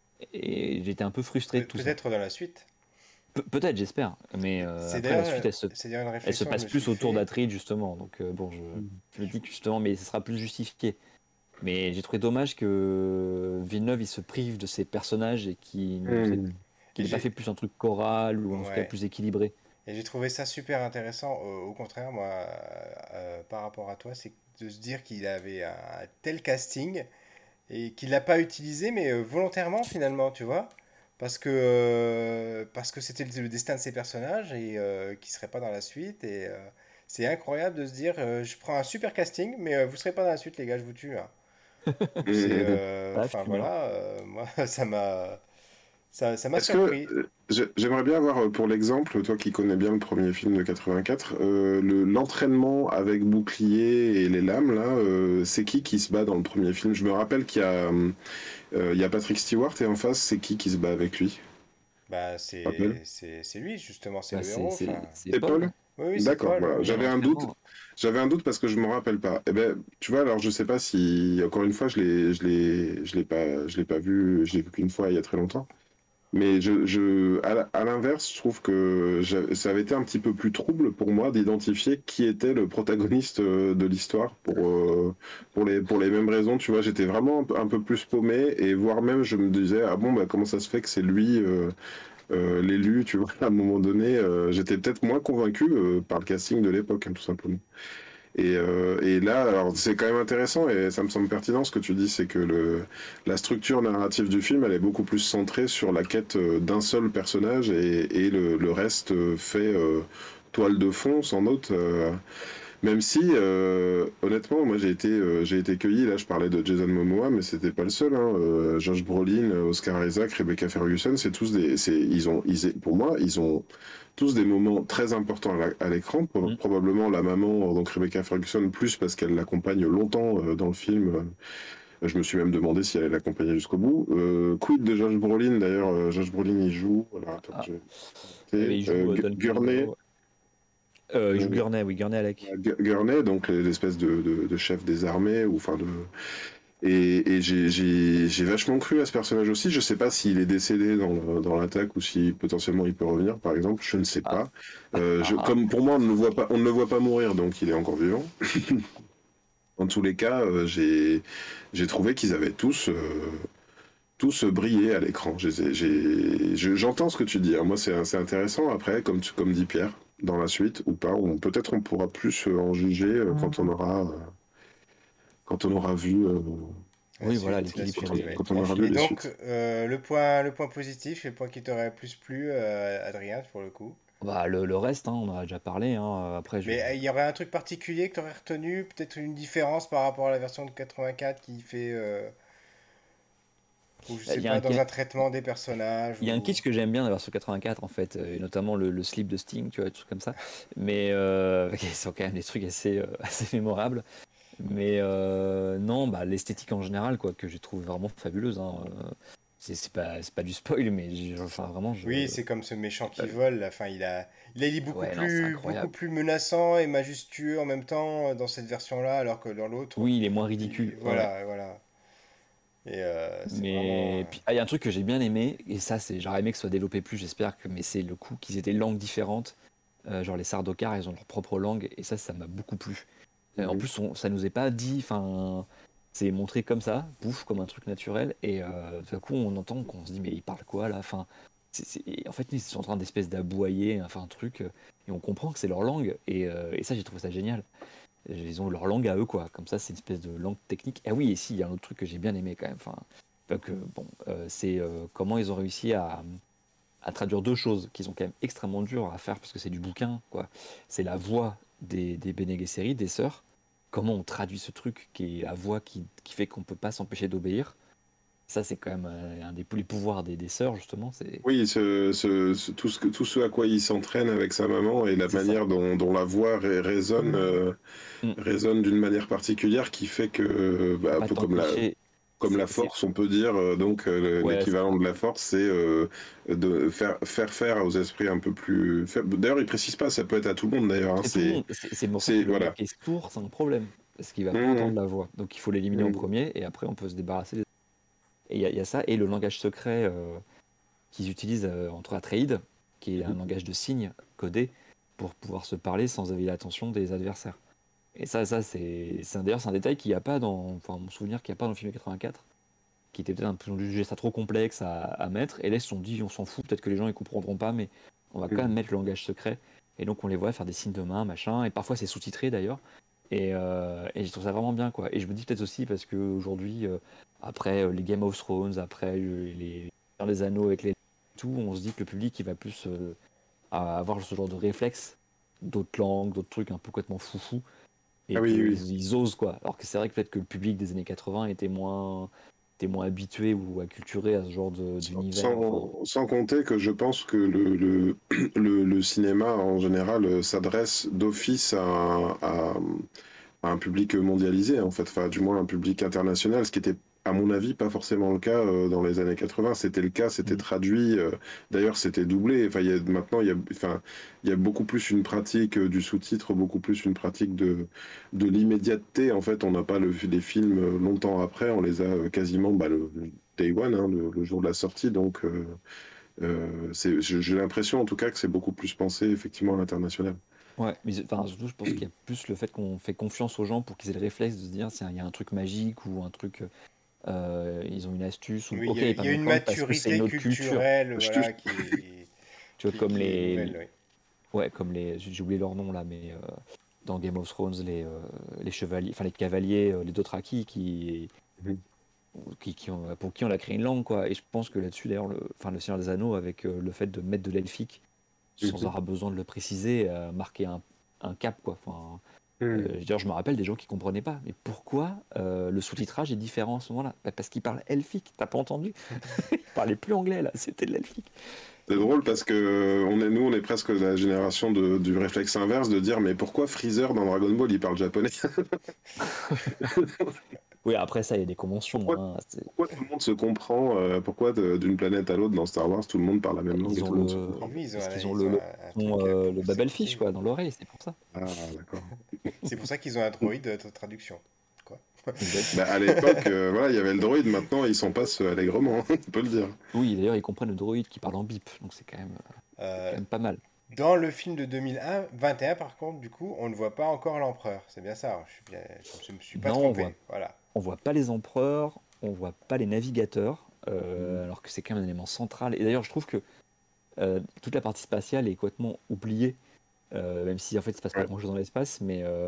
et j'étais un peu frustré de Pe- tout ça. peut-être dans la suite. Pe- peut-être, j'espère. Mais euh, C'est après, la d'ailleurs, suite, euh, elle se, c'est d'ailleurs une elle se réflexion que je passe me suis plus autour fait. d'Atride, justement. Donc, euh, bon, je, Mhm. je me dis que justement, mais ce sera plus justifié. Mais j'ai trouvé dommage que Villeneuve il se prive de ses personnages et qu'il nous ait- Mhm. Et qu'il n'ait pas fait j'ai, plus un truc choral ou en tout cas ouais. plus équilibré. Et j'ai trouvé ça super intéressant. Au, au contraire, moi, euh, euh, par rapport à toi, c'est de se dire qu'il avait un tel casting et qu'il l'a pas utilisé, mais euh, volontairement finalement, tu vois, parce que euh, parce que c'était le, le destin de ces personnages et euh, qui seraient pas dans la suite. Et euh, c'est incroyable de se dire, euh, je prends un super casting, mais euh, vous serez pas dans la suite, les gars, je vous tue, hein. C'est, Mhm. euh, Paf, enfin tu meurs. voilà, euh, moi ça m'a ça, ça m'a Est-ce que surpris. euh, j'ai- j'aimerais bien avoir euh, pour l'exemple, toi qui connais bien le premier film de quatre-vingt-quatre, euh, le, l'entraînement avec bouclier et les lames là, euh, c'est qui qui se bat dans le premier film? Je me rappelle qu'il y a, euh, il y a Patrick Stewart et en face c'est qui qui se bat avec lui? Bah Tu te rappelles? c'est c'est c'est lui justement, c'est Bah, le c'est héros. c'est- Enfin, c'est C'est Paul, Paul? quoi. Oui, oui, c'est D'accord, toi voilà. le. Non, J'avais non, un doute. clairement. J'avais un doute parce que je me rappelle pas. Eh ben, tu vois, alors je sais pas si, encore une fois, je l'ai, je l'ai, je l'ai pas, je l'ai pas vu, je l'ai vu qu'une fois il y a très longtemps. Mais je, je, à la- à l'inverse, je trouve que j'a- ça avait été un petit peu plus trouble pour moi d'identifier qui était le protagoniste euh, de l'histoire pour, euh, pour les, pour les mêmes raisons. Tu vois, j'étais vraiment un peu, un peu plus paumé et voire même je me disais, ah bon, bah, comment ça se fait que c'est lui euh, euh, l'élu, tu vois, à un moment donné, euh, j'étais peut-être moins convaincu euh, par le casting de l'époque, hein, tout simplement. Et, euh, et là, alors c'est quand même intéressant et ça me semble pertinent ce que tu dis, c'est que le, la structure narrative du film, elle est beaucoup plus centrée sur la quête euh, d'un seul personnage et, et le, le reste euh, fait euh, toile de fond, sans doute. Euh, même si, euh, honnêtement, moi j'ai été, euh, j'ai été cueilli. Là, je parlais de Jason Momoa, mais c'était pas le seul. Hein. Euh, Josh Brolin, Oscar Isaac, Rebecca Ferguson, c'est tous des, c'est, ils ont, ils, pour moi, ils ont tous des moments très importants à la- à l'écran. Pro- Mm. Probablement la maman, donc Rebecca Ferguson, plus parce qu'elle l'accompagne longtemps euh, dans le film. Euh, Je me suis même demandé si elle allait l'accompagner jusqu'au bout. Euh, quid de Josh Brolin, d'ailleurs, euh, Josh Brolin il joue. Voilà, attends, Ah, je... et il euh, joue euh, Gu- Don Gurney. Corleone. Euh, il joue euh, Gurney, oui, Gurney Alec. Gu- Gurney, donc l'espèce de, de, de chef des armées, ou enfin de. Et, et j'ai j'ai- j'ai vachement cru à ce personnage aussi. Je sais pas s'il est décédé dans, le- dans l'attaque ou si potentiellement il peut revenir, par exemple. Je ne sais Ah, pas. Euh, je, ah, comme pour moi, on ne le voit pas, on ne le voit pas mourir, donc il est encore vivant. En tous les cas, euh, j'ai j'ai trouvé qu'ils avaient tous. euh, tous brillé à l'écran. J'ai- j'ai- je- J'entends ce que tu dis, hein. Moi, c'est c'est intéressant. Après, comme, tu- comme dit Pierre, dans la suite ou pas, on- peut-être on pourra plus euh, en juger euh, quand on aura, euh, quand on aura vu, euh, La oui, voilà, suite, la l'équilibre quand suite, on, des. oui. quand on aura vu Et les donc, suites. euh, le point, le point positif, le point qui t'aurait plus plu, euh, Adrien, pour le coup. Bah, le, le reste, hein, on en a déjà parlé. Hein. Après, je. Mais euh, il y aurait un truc particulier que tu aurais retenu, peut-être une différence par rapport à la version de quatre-vingt-quatre qui fait, euh, ou je Il sais y a un, pas, dans un traitement des personnages il y a un ou. kitsch que j'aime bien dans la version quatre-vingt-quatre en fait, euh, et notamment le, le slip de Sting, tu vois, des trucs comme ça. Mais euh, ok, ce sont quand même des trucs assez, euh, assez mémorables. Mais euh, non, bah, l'esthétique en général, quoi, que j'ai trouvé vraiment fabuleuse. Hein. Euh, C'est c'est pas, c'est pas du spoil, mais j'ai- enfin, vraiment, je. Oui, c'est comme ce méchant qui euh, vole. Là. Enfin, il a, il a, il est beaucoup Ouais, non, c'est plus, beaucoup incroyable. plus menaçant et majestueux en même temps euh, dans cette version-là, alors que dans l'autre, Oui, il est moins il- ridicule. Ouais, ouais. voilà, voilà. Et euh, c'est vraiment. Mais euh, puis, ah, il y a un truc que j'ai bien aimé, et ça, c'est, j'aurais aimé que ce soit développé plus, j'espère que, mais c'est le coup qu'ils aient des langues différentes. Euh, genre les Sardaukar, ils ont leur propre langue, et ça, ça m'a beaucoup plu. Euh, en Mhm. plus, on, ça nous est pas dit, enfin, c'est montré comme ça, pouf, comme un truc naturel, et euh, tout à coup, on entend qu'on se dit, mais ils parlent quoi là? Enfin, c'est, c'est- et en fait, ils sont en train d'espèce d'aboyer, enfin, un truc, euh, et on comprend que c'est leur langue, et, euh, et ça, j'ai trouvé ça génial. Ils ont leur langue à eux, quoi. Comme ça, c'est une espèce de langue technique. Ah oui, et si, il y a un autre truc que j'ai bien aimé quand même. Enfin, enfin que, bon, euh, c'est euh, comment ils ont réussi à, à traduire deux choses qui sont quand même extrêmement dures à faire parce que c'est du bouquin, quoi. C'est la voix des, des Bene Gesserit, des sœurs. Comment on traduit ce truc qui est la voix qui, qui fait qu'on peut pas s'empêcher d'obéir. Ça, c'est quand même euh, un des les pouvoirs des, des sœurs, justement. C'est Oui, ce, ce- ce- tout, ce que, tout ce à quoi il s'entraîne avec sa maman et la c'est ça. manière dont, dont la voix ré- résonne, euh, Mm. résonne d'une manière particulière qui fait que, euh, bah, un Pas peu comme la, t'empêcher. comme la C'est, c'est- force, on peut dire, euh, donc euh, Ouais, c'est l'équivalent de la force, c'est euh, de faire, faire faire aux esprits un peu plus faibles. D'ailleurs, il précise pas, ça peut être à tout le monde d'ailleurs. Hein, c'est tout le c'est, monde. C'est c'est pour ça que c'est, le voilà. mec est sourd, c'est un problème. Parce qu'il va pas entendre Mmh, la voix. Donc il faut l'éliminer en mmh, premier et après on peut se débarrasser des... Et il y, a il y a ça et le langage secret euh, qu'ils utilisent euh, entre Atreides, qui est un langage de signes codé pour pouvoir se parler sans éveiller l'attention des adversaires. Et ça, ça c'est c'est un- d'ailleurs c'est un détail qu'il n'y a pas dans, enfin mon souvenir qu'il n'y a pas dans le film de quatre-vingt-quatre, qui était peut-être un peu jugé ça trop complexe à, à mettre. Et là ils se sont dit on s'en fout, peut-être que les gens ils comprendront pas, mais on va quand même mmh. mettre le langage secret. Et donc on les voit faire des signes de main, machin, et parfois c'est sous-titré d'ailleurs. Et, euh, et je trouve ça vraiment bien, quoi. Et je me dis peut-être aussi parce qu'aujourd'hui, euh, après euh, les Game of Thrones, après euh, les Seigneur des Anneaux avec les tout, on se dit que le public il va plus euh, à avoir ce genre de réflexe, d'autres langues, d'autres trucs un peu complètement foufou, Ah et oui, oui. qu'ils ils osent, quoi. Alors que c'est vrai que peut-être que le public des années quatre-vingts était moins, était moins habitué ou acculturé à ce genre de- d'univers. Enfin, Sans, sans compter que je pense que le, le, le, le cinéma en général euh, s'adresse d'office à, un- à, à un public mondialisé, en fait, enfin, du moins un public international, ce qui était à mon avis, pas forcément le cas euh, dans les années quatre-vingts. C'était le cas, c'était Mm. traduit. euh, D'ailleurs, c'était doublé. Enfin, il y a, maintenant, il y a, enfin, il y a beaucoup plus une pratique euh, du sous-titre, beaucoup plus une pratique de, de l'immédiateté. En fait, on n'a pas le, les films euh, longtemps après, on les a euh, quasiment bah, le, le day one, hein, le, le jour de la sortie. Donc, euh, euh, c'est, j'ai j'ai l'impression en tout cas que c'est beaucoup plus pensé effectivement à l'international. Ouais, mais enfin, surtout, je pense qu'il y a plus le fait qu'on fait confiance aux gens pour qu'ils aient le réflexe de se dire, tiens, il y a un truc magique ou un truc, euh, ils ont une astuce, ou Oui, il y ok, a, ils il y peuvent a nous une prendre parce que c'est une maturité autre culture. culturelle, Je te- voilà, qui, Tu vois, qui, comme qui est les, nouvelle, oui. ouais, comme les, j'ai j'ai oublié leur nom là, mais euh, dans Game of Thrones, les, euh, les chevaliers, enfin les cavaliers, euh, les Dothraki qui, Mhm. qui, qui ont, pour qui on a créé une langue, quoi. Et je pense que là-dessus, d'ailleurs, le, enfin, le Seigneur des Anneaux, avec euh, le fait de mettre de l'elfique, sans Mhm. avoir besoin de le préciser, a marqué un, un cap, quoi. Enfin, euh, Mhm. d'ailleurs, je me rappelle des gens qui comprenaient pas. Mais pourquoi euh, le sous-titrage est différent à ce moment-là? Bah, parce qu'ils parlent elfique, t'as pas entendu? Ils parlaient plus anglais, là, c'était de l'elfique. C'est Donc, drôle euh, parce que euh, on est, nous, on est presque la génération de- du réflexe inverse de dire mais pourquoi Freezer dans Dragon Ball il parle japonais? oui, après ça, il y a des conventions, Pourquoi, hein. C'est- pourquoi tout le monde se comprend? euh, pourquoi de- d'une planète à l'autre dans Star Wars tout le monde parle la même langue et Ils ont tout le monde se le, comprend? Oui, ils ont parce un, qu'ils ont ils le, ont le, un, un ils ont, truc euh, euh, pour le babelfish, s'expliquer. quoi, dans l'oreille, c'est pour ça. Ah d'accord. C'est pour ça qu'ils ont un droïde de traduction, quoi. Exact. Bah, à l'époque, euh, voilà, il y avait le droïde. Maintenant, ils s'en passent allègrement, on peut le dire. Oui, d'ailleurs, ils comprennent le droïde qui parle en bip, donc c'est quand même, c'est Euh, quand même pas mal. Dans le film de deux mille vingt et un, par contre, du coup, on ne voit pas encore l'empereur. C'est bien ça, je suis bien, je ne me suis pas Non, on voit, trompé. Voilà. on voit pas les empereurs, on voit pas les navigateurs, Mhm. euh, alors que c'est quand même un élément central. Et d'ailleurs, je trouve que euh, toute la partie spatiale est complètement oubliée, euh, même si en fait, il se passe pas Ouais. grand-chose dans l'espace, mais euh,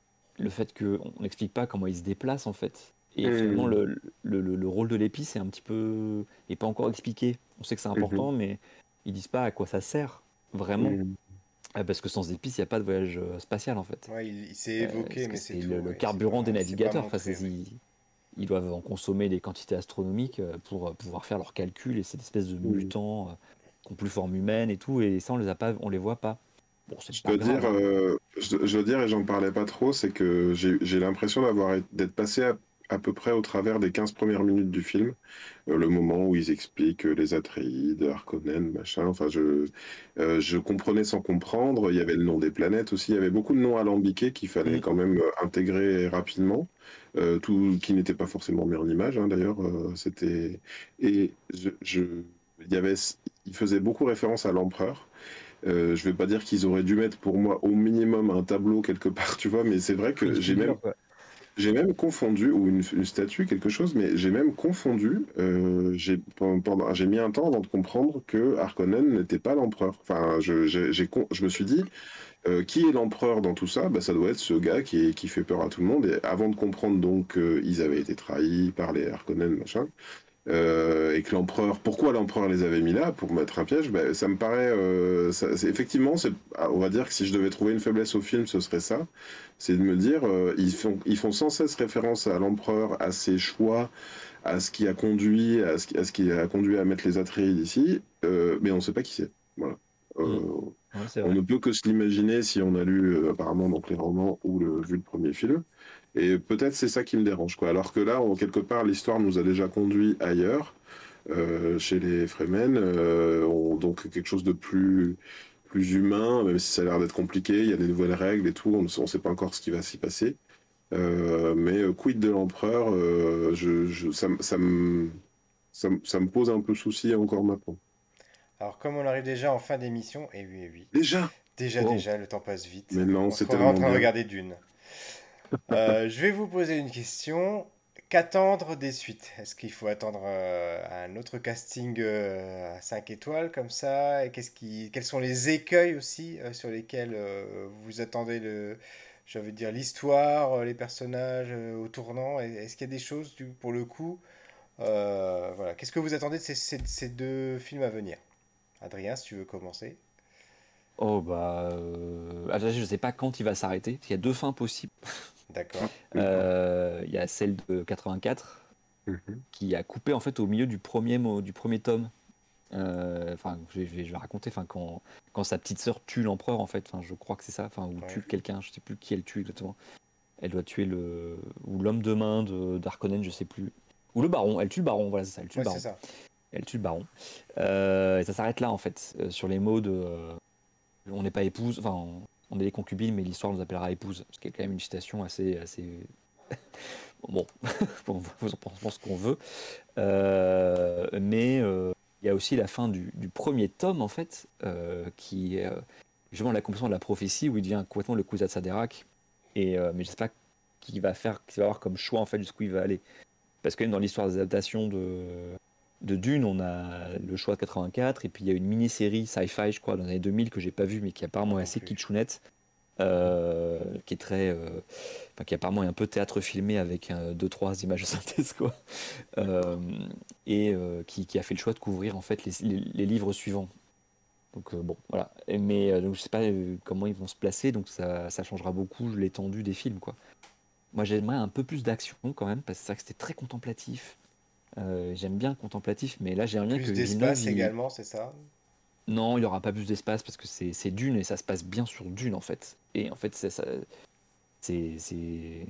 le fait qu'on n'explique pas comment ils se déplacent en fait. Et finalement, Mhm. le, le, le- le rôle de l'épice est un petit peu, est pas encore expliqué. On sait que c'est Mhm. important, mais ils disent pas à quoi ça sert vraiment. Mhm. Euh, Parce que sans épices, il n'y a pas de voyage euh, spatial en fait. Ouais, il, il s'est Euh, évoqué, parce que mais c'est c'est tout. le, le Ouais. C'est carburant des pas, c'est pas navigateurs. Enfin, montré, c'est- oui. ils, ils doivent en consommer des quantités astronomiques euh, pour euh, pouvoir faire leurs calculs et cette espèce de Mhm. mutants euh, qui ont plus forme humaine et tout. Et ça, on les a pas, on les voit pas. Bon, c'est Je pas dois dire, grave, hein. euh, je, je dois dire, et j'en parlais pas trop, c'est que j'ai j'ai l'impression d'avoir été- d'être passé à, à peu près au travers des quinze premières minutes du film, euh, le moment où ils expliquent euh, les Atreides, Harkonnen, machin. Enfin, je, euh, je comprenais sans comprendre. Il y avait le nom des planètes aussi. Il y avait beaucoup de noms alambiqués qu'il fallait Mm. quand même euh, intégrer rapidement, euh, tout qui n'était pas forcément mis en image, hein, d'ailleurs. euh, c'était et je, je, il y avait, il faisait beaucoup référence à l'empereur. Euh, je vais pas dire qu'ils auraient dû mettre pour moi au minimum un tableau quelque part, tu vois, mais c'est vrai Une que j'ai même, figure, quoi. j'ai même confondu, ou une, une statue, quelque chose, mais j'ai même confondu, euh, j'ai, pendant, j'ai mis un temps avant de comprendre que Harkonnen n'était pas l'empereur. Enfin, je, j'ai, j'ai con- je me suis dit, euh, qui est l'empereur dans tout ça? Bah, ça doit être ce gars qui, qui fait peur à tout le monde. Et avant de comprendre donc qu'ils avaient été trahis par les Harkonnen, machin, euh, et que l'empereur, pourquoi l'empereur les avait mis là pour mettre un piège, ben, ça me paraît, euh, ça- c'est- effectivement, c'est, ah, on va dire que si je devais trouver une faiblesse au film, ce serait ça, c'est de me dire, euh, ils font, ils font sans cesse référence à l'empereur, à ses choix, à ce qui a conduit, à ce qui, à ce qui a conduit à mettre les Atreides ici, euh, mais on ne sait pas qui c'est. Voilà. Mm. Euh, Ouais, c'est on vrai. ne peut que se l'imaginer si on a lu euh, apparemment donc les romans ou le, vu le premier film. Et peut-être c'est ça qui me dérange, quoi. Alors que là, en quelque part, l'histoire nous a déjà conduit ailleurs, euh, chez les Fremen, euh, on- donc quelque chose de plus, plus humain, même si ça a l'air d'être compliqué, il y a des nouvelles règles et tout, on ne sait pas encore ce qui va s'y passer. Euh, mais euh, quid de l'empereur, euh, je, je- ça, me- ça, me, ça, me ça me pose un peu souci encore maintenant. Alors, comme on arrive déjà en fin d'émission, et oui, et oui, Déjà? déjà, Wow. déjà, le temps passe vite. Mais non, On se c'est croirait en tellement train de bien. regarder Dune. Euh, je vais vous poser une question. Qu'attendre des suites? Est-ce qu'il faut attendre euh, un autre casting euh, à cinq étoiles comme ça? Et qu'est-ce qui, quels sont les écueils aussi euh, sur lesquels euh, vous attendez le, je veux dire l'histoire, euh, les personnages euh, au tournant? Et- Est-ce qu'il y a des choses du- pour le coup? Euh, voilà. Qu'est-ce que vous attendez de ces, ces- ces deux films à venir? Adrien, si tu veux commencer. Oh bah, euh, ah, je sais pas quand il va s'arrêter. Parce qu'il y a deux fins possibles. D'accord. D'accord. Euh, Il y a celle de quatre-vingt-quatre Mhm. qui a coupé en fait au milieu du premier, mo- du premier tome. Euh, Enfin, je, vais je vais raconter. Enfin, quand, quand sa petite sœur tue l'empereur en fait. Enfin, je crois que c'est ça. Enfin, ou Ouais. tue quelqu'un. Je sais plus qui elle tue exactement. Elle doit tuer le ou l'homme de main de d'Harkonnen, je sais plus. Ou le baron, elle tue le baron, voilà, c'est ça, elle tue Ouais, le c'est baron. ça. Elle tue le baron. Euh, et ça s'arrête là, en fait, euh, sur les mots de euh, on n'est pas épouse, enfin, on, on est des concubines, mais l'histoire nous appellera épouse. Ce qui est quand même une citation assez. assez... Bon, on en pense ce qu'on veut. Euh, mais euh, il y a aussi la fin du, du premier tome, en fait, euh, qui est euh, justement l'accomplissement de la prophétie, où il devient complètement le Kuzat Saderak. Et, euh, mais je sais pas qui va faire, qui va avoir comme choix, en fait, jusqu'où il va aller. Parce que même dans l'histoire des adaptations de, de Dune, on a le choix de quatre-vingt-quatre, et puis il y a une mini-série sci-fi, je crois, dans les années deux mille, que j'ai pas vue, mais qui apparemment est assez kitschounette, euh, qui est très. Euh, enfin, qui apparemment est un peu théâtre filmé avec euh, deux, trois images de synthèse, quoi. Euh, et euh, qui, qui a fait le choix de couvrir, en fait, les, les, les livres suivants. Donc, euh, bon, voilà. Et, mais euh, donc, je sais pas euh, comment ils vont se placer, donc ça, ça changera beaucoup l'étendue des films, quoi. Moi, j'aimerais un peu plus d'action quand même, parce que c'est vrai que c'était très contemplatif. Euh, j'aime bien le contemplatif, mais là, j'aimerais bien Plus que Villeneuve. d'espace Il... également, c'est ça? Non, il n'y aura pas plus d'espace parce que c'est, c'est Dune et ça se passe bien sur Dune en fait. Et en fait, c'est, ça, c'est, c'est,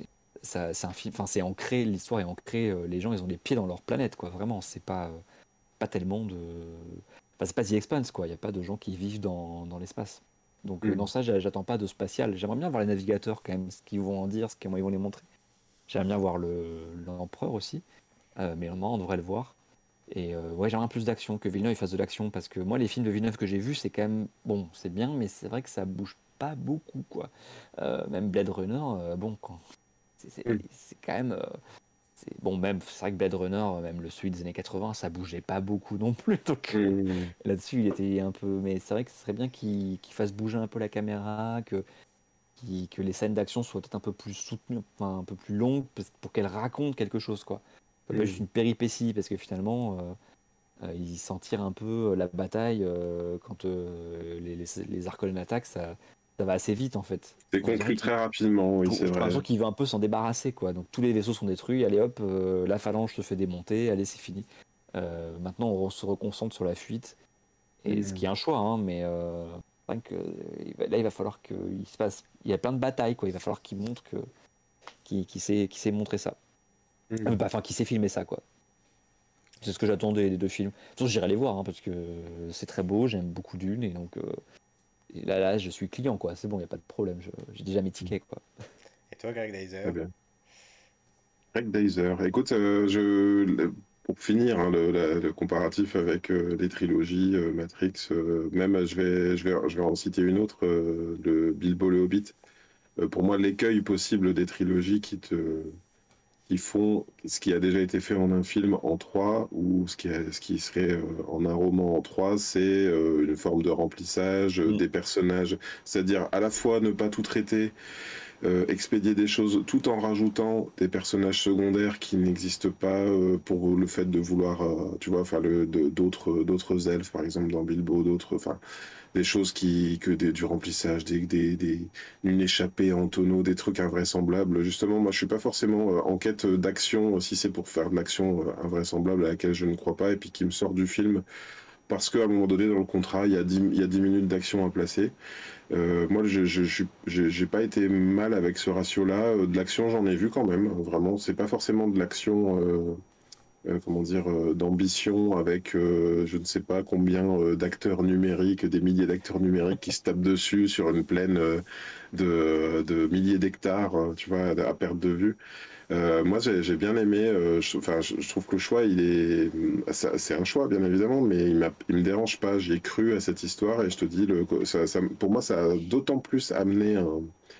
ça, c'est un film. Enfin, c'est ancré, l'histoire est ancrée. euh, Les gens, ils ont les pieds dans leur planète, quoi. Vraiment, c'est pas, euh, pas tellement de. Enfin, c'est pas The Expanse, quoi. Il n'y a pas de gens qui vivent dans, dans l'espace. Donc, euh, Mm. dans ça, j'a- j'attends pas de spatial. J'aimerais bien voir les navigateurs quand même, ce qu'ils vont en dire, ce comment ils vont les montrer. J'aimerais bien voir le, l'empereur aussi. Euh, mais normalement, on devrait le voir. Et euh, ouais, j'aimerais plus d'action, que Villeneuve il fasse de l'action, parce que moi, les films de Villeneuve que j'ai vus, c'est quand même bon, c'est bien, mais c'est vrai que ça bouge pas beaucoup, quoi. Euh, même Blade Runner, euh, bon, quand c'est, c'est, Mm. c'est quand même, euh, c'est bon, même c'est vrai que Blade Runner, euh, même le celui des années quatre-vingts, ça bougeait pas beaucoup non plus, donc euh, Mm. là-dessus, il était un peu, mais c'est vrai que ce serait bien qu'il, qu'il fasse bouger un peu la caméra, que qu'il- que les scènes d'action soient peut-être un peu plus soutenues, enfin un peu plus longues, pour qu'elles racontent quelque chose, quoi. Pas juste Mm. une péripétie, parce que finalement. Euh, euh, ils s'en tirent un peu euh, la bataille euh, quand euh, les, les, les Harkonnen attaquent, ça, ça va assez vite en fait. C'est On dirait conclu qu'il très rapidement, oui, pour- c'est j'ai vrai. l'impression qu'il veut un peu s'en débarrasser quoi. Donc tous les vaisseaux sont détruits, allez hop, euh, la phalange se fait démonter, allez c'est fini. Euh, maintenant on se reconcentre sur la fuite, et ce qui est Mm. un choix, hein, mais euh, c'est vrai que, il va- là il va falloir qu'il se passe, il y a plein de batailles quoi, il va falloir qu'il montre que qu'il qu'il sait, qu'il sait montrer ça. Mm. Euh, bah, Enfin qu'il sait filmer ça quoi. C'est ce que j'attends des, des deux films. De toute façon, j'irai les voir hein, parce que c'est très beau, j'aime beaucoup Dune et donc euh, et là, là, je suis client quoi. C'est bon, il y a pas de problème. je- J'ai déjà mes tickets quoi. Et toi, Greg Deiser? Très bien. Greg Deiser. Écoute, euh, je, le- pour finir hein, le, la- le comparatif avec euh, les trilogies euh, Matrix, euh, même je vais, je vais, je vais en citer une autre, euh, le Bilbo le Hobbit. Euh, pour moi, l'écueil possible des trilogies qui te, qui font ce qui a déjà été fait en un film en trois ou ce qui, a- ce qui serait euh, en un roman en trois, c'est euh, une forme de remplissage euh, Mm. des personnages, c'est-à-dire à la fois ne pas tout traiter, euh, expédier des choses tout en rajoutant des personnages secondaires qui n'existent pas euh, pour le fait de vouloir, euh, tu vois, enfin le, de- d'autres d'autres elfes par exemple dans Bilbo, d'autres, enfin des choses qui que des, du remplissage, des, des, des une échappée en tonneau, des trucs invraisemblables. Justement, moi je suis pas forcément euh, en quête d'action si c'est pour faire de l'action euh, invraisemblable à laquelle je ne crois pas et puis qui me sort du film parce qu'à un moment donné dans le contrat il y a dix il y a dix minutes d'action à placer. Euh, moi, je, je, je suis- j'ai j'ai pas été mal avec ce ratio-là. Euh, De l'action, j'en ai vu quand même. Vraiment, c'est pas forcément de l'action, euh, euh, comment dire, euh, d'ambition avec euh, je ne sais pas combien euh, d'acteurs numériques, des milliers d'acteurs numériques qui se tapent dessus sur une plaine euh, de, de milliers d'hectares, euh, tu vois, à perte de vue. Euh, moi, j'ai j'ai bien aimé. Euh, je, enfin, je, je trouve que le choix, il est, ça- c'est un choix, bien évidemment, mais il m'a, il me dérange pas. J'y ai cru à cette histoire et je te dis, le, ça, ça- pour moi, ça a d'autant plus amené un,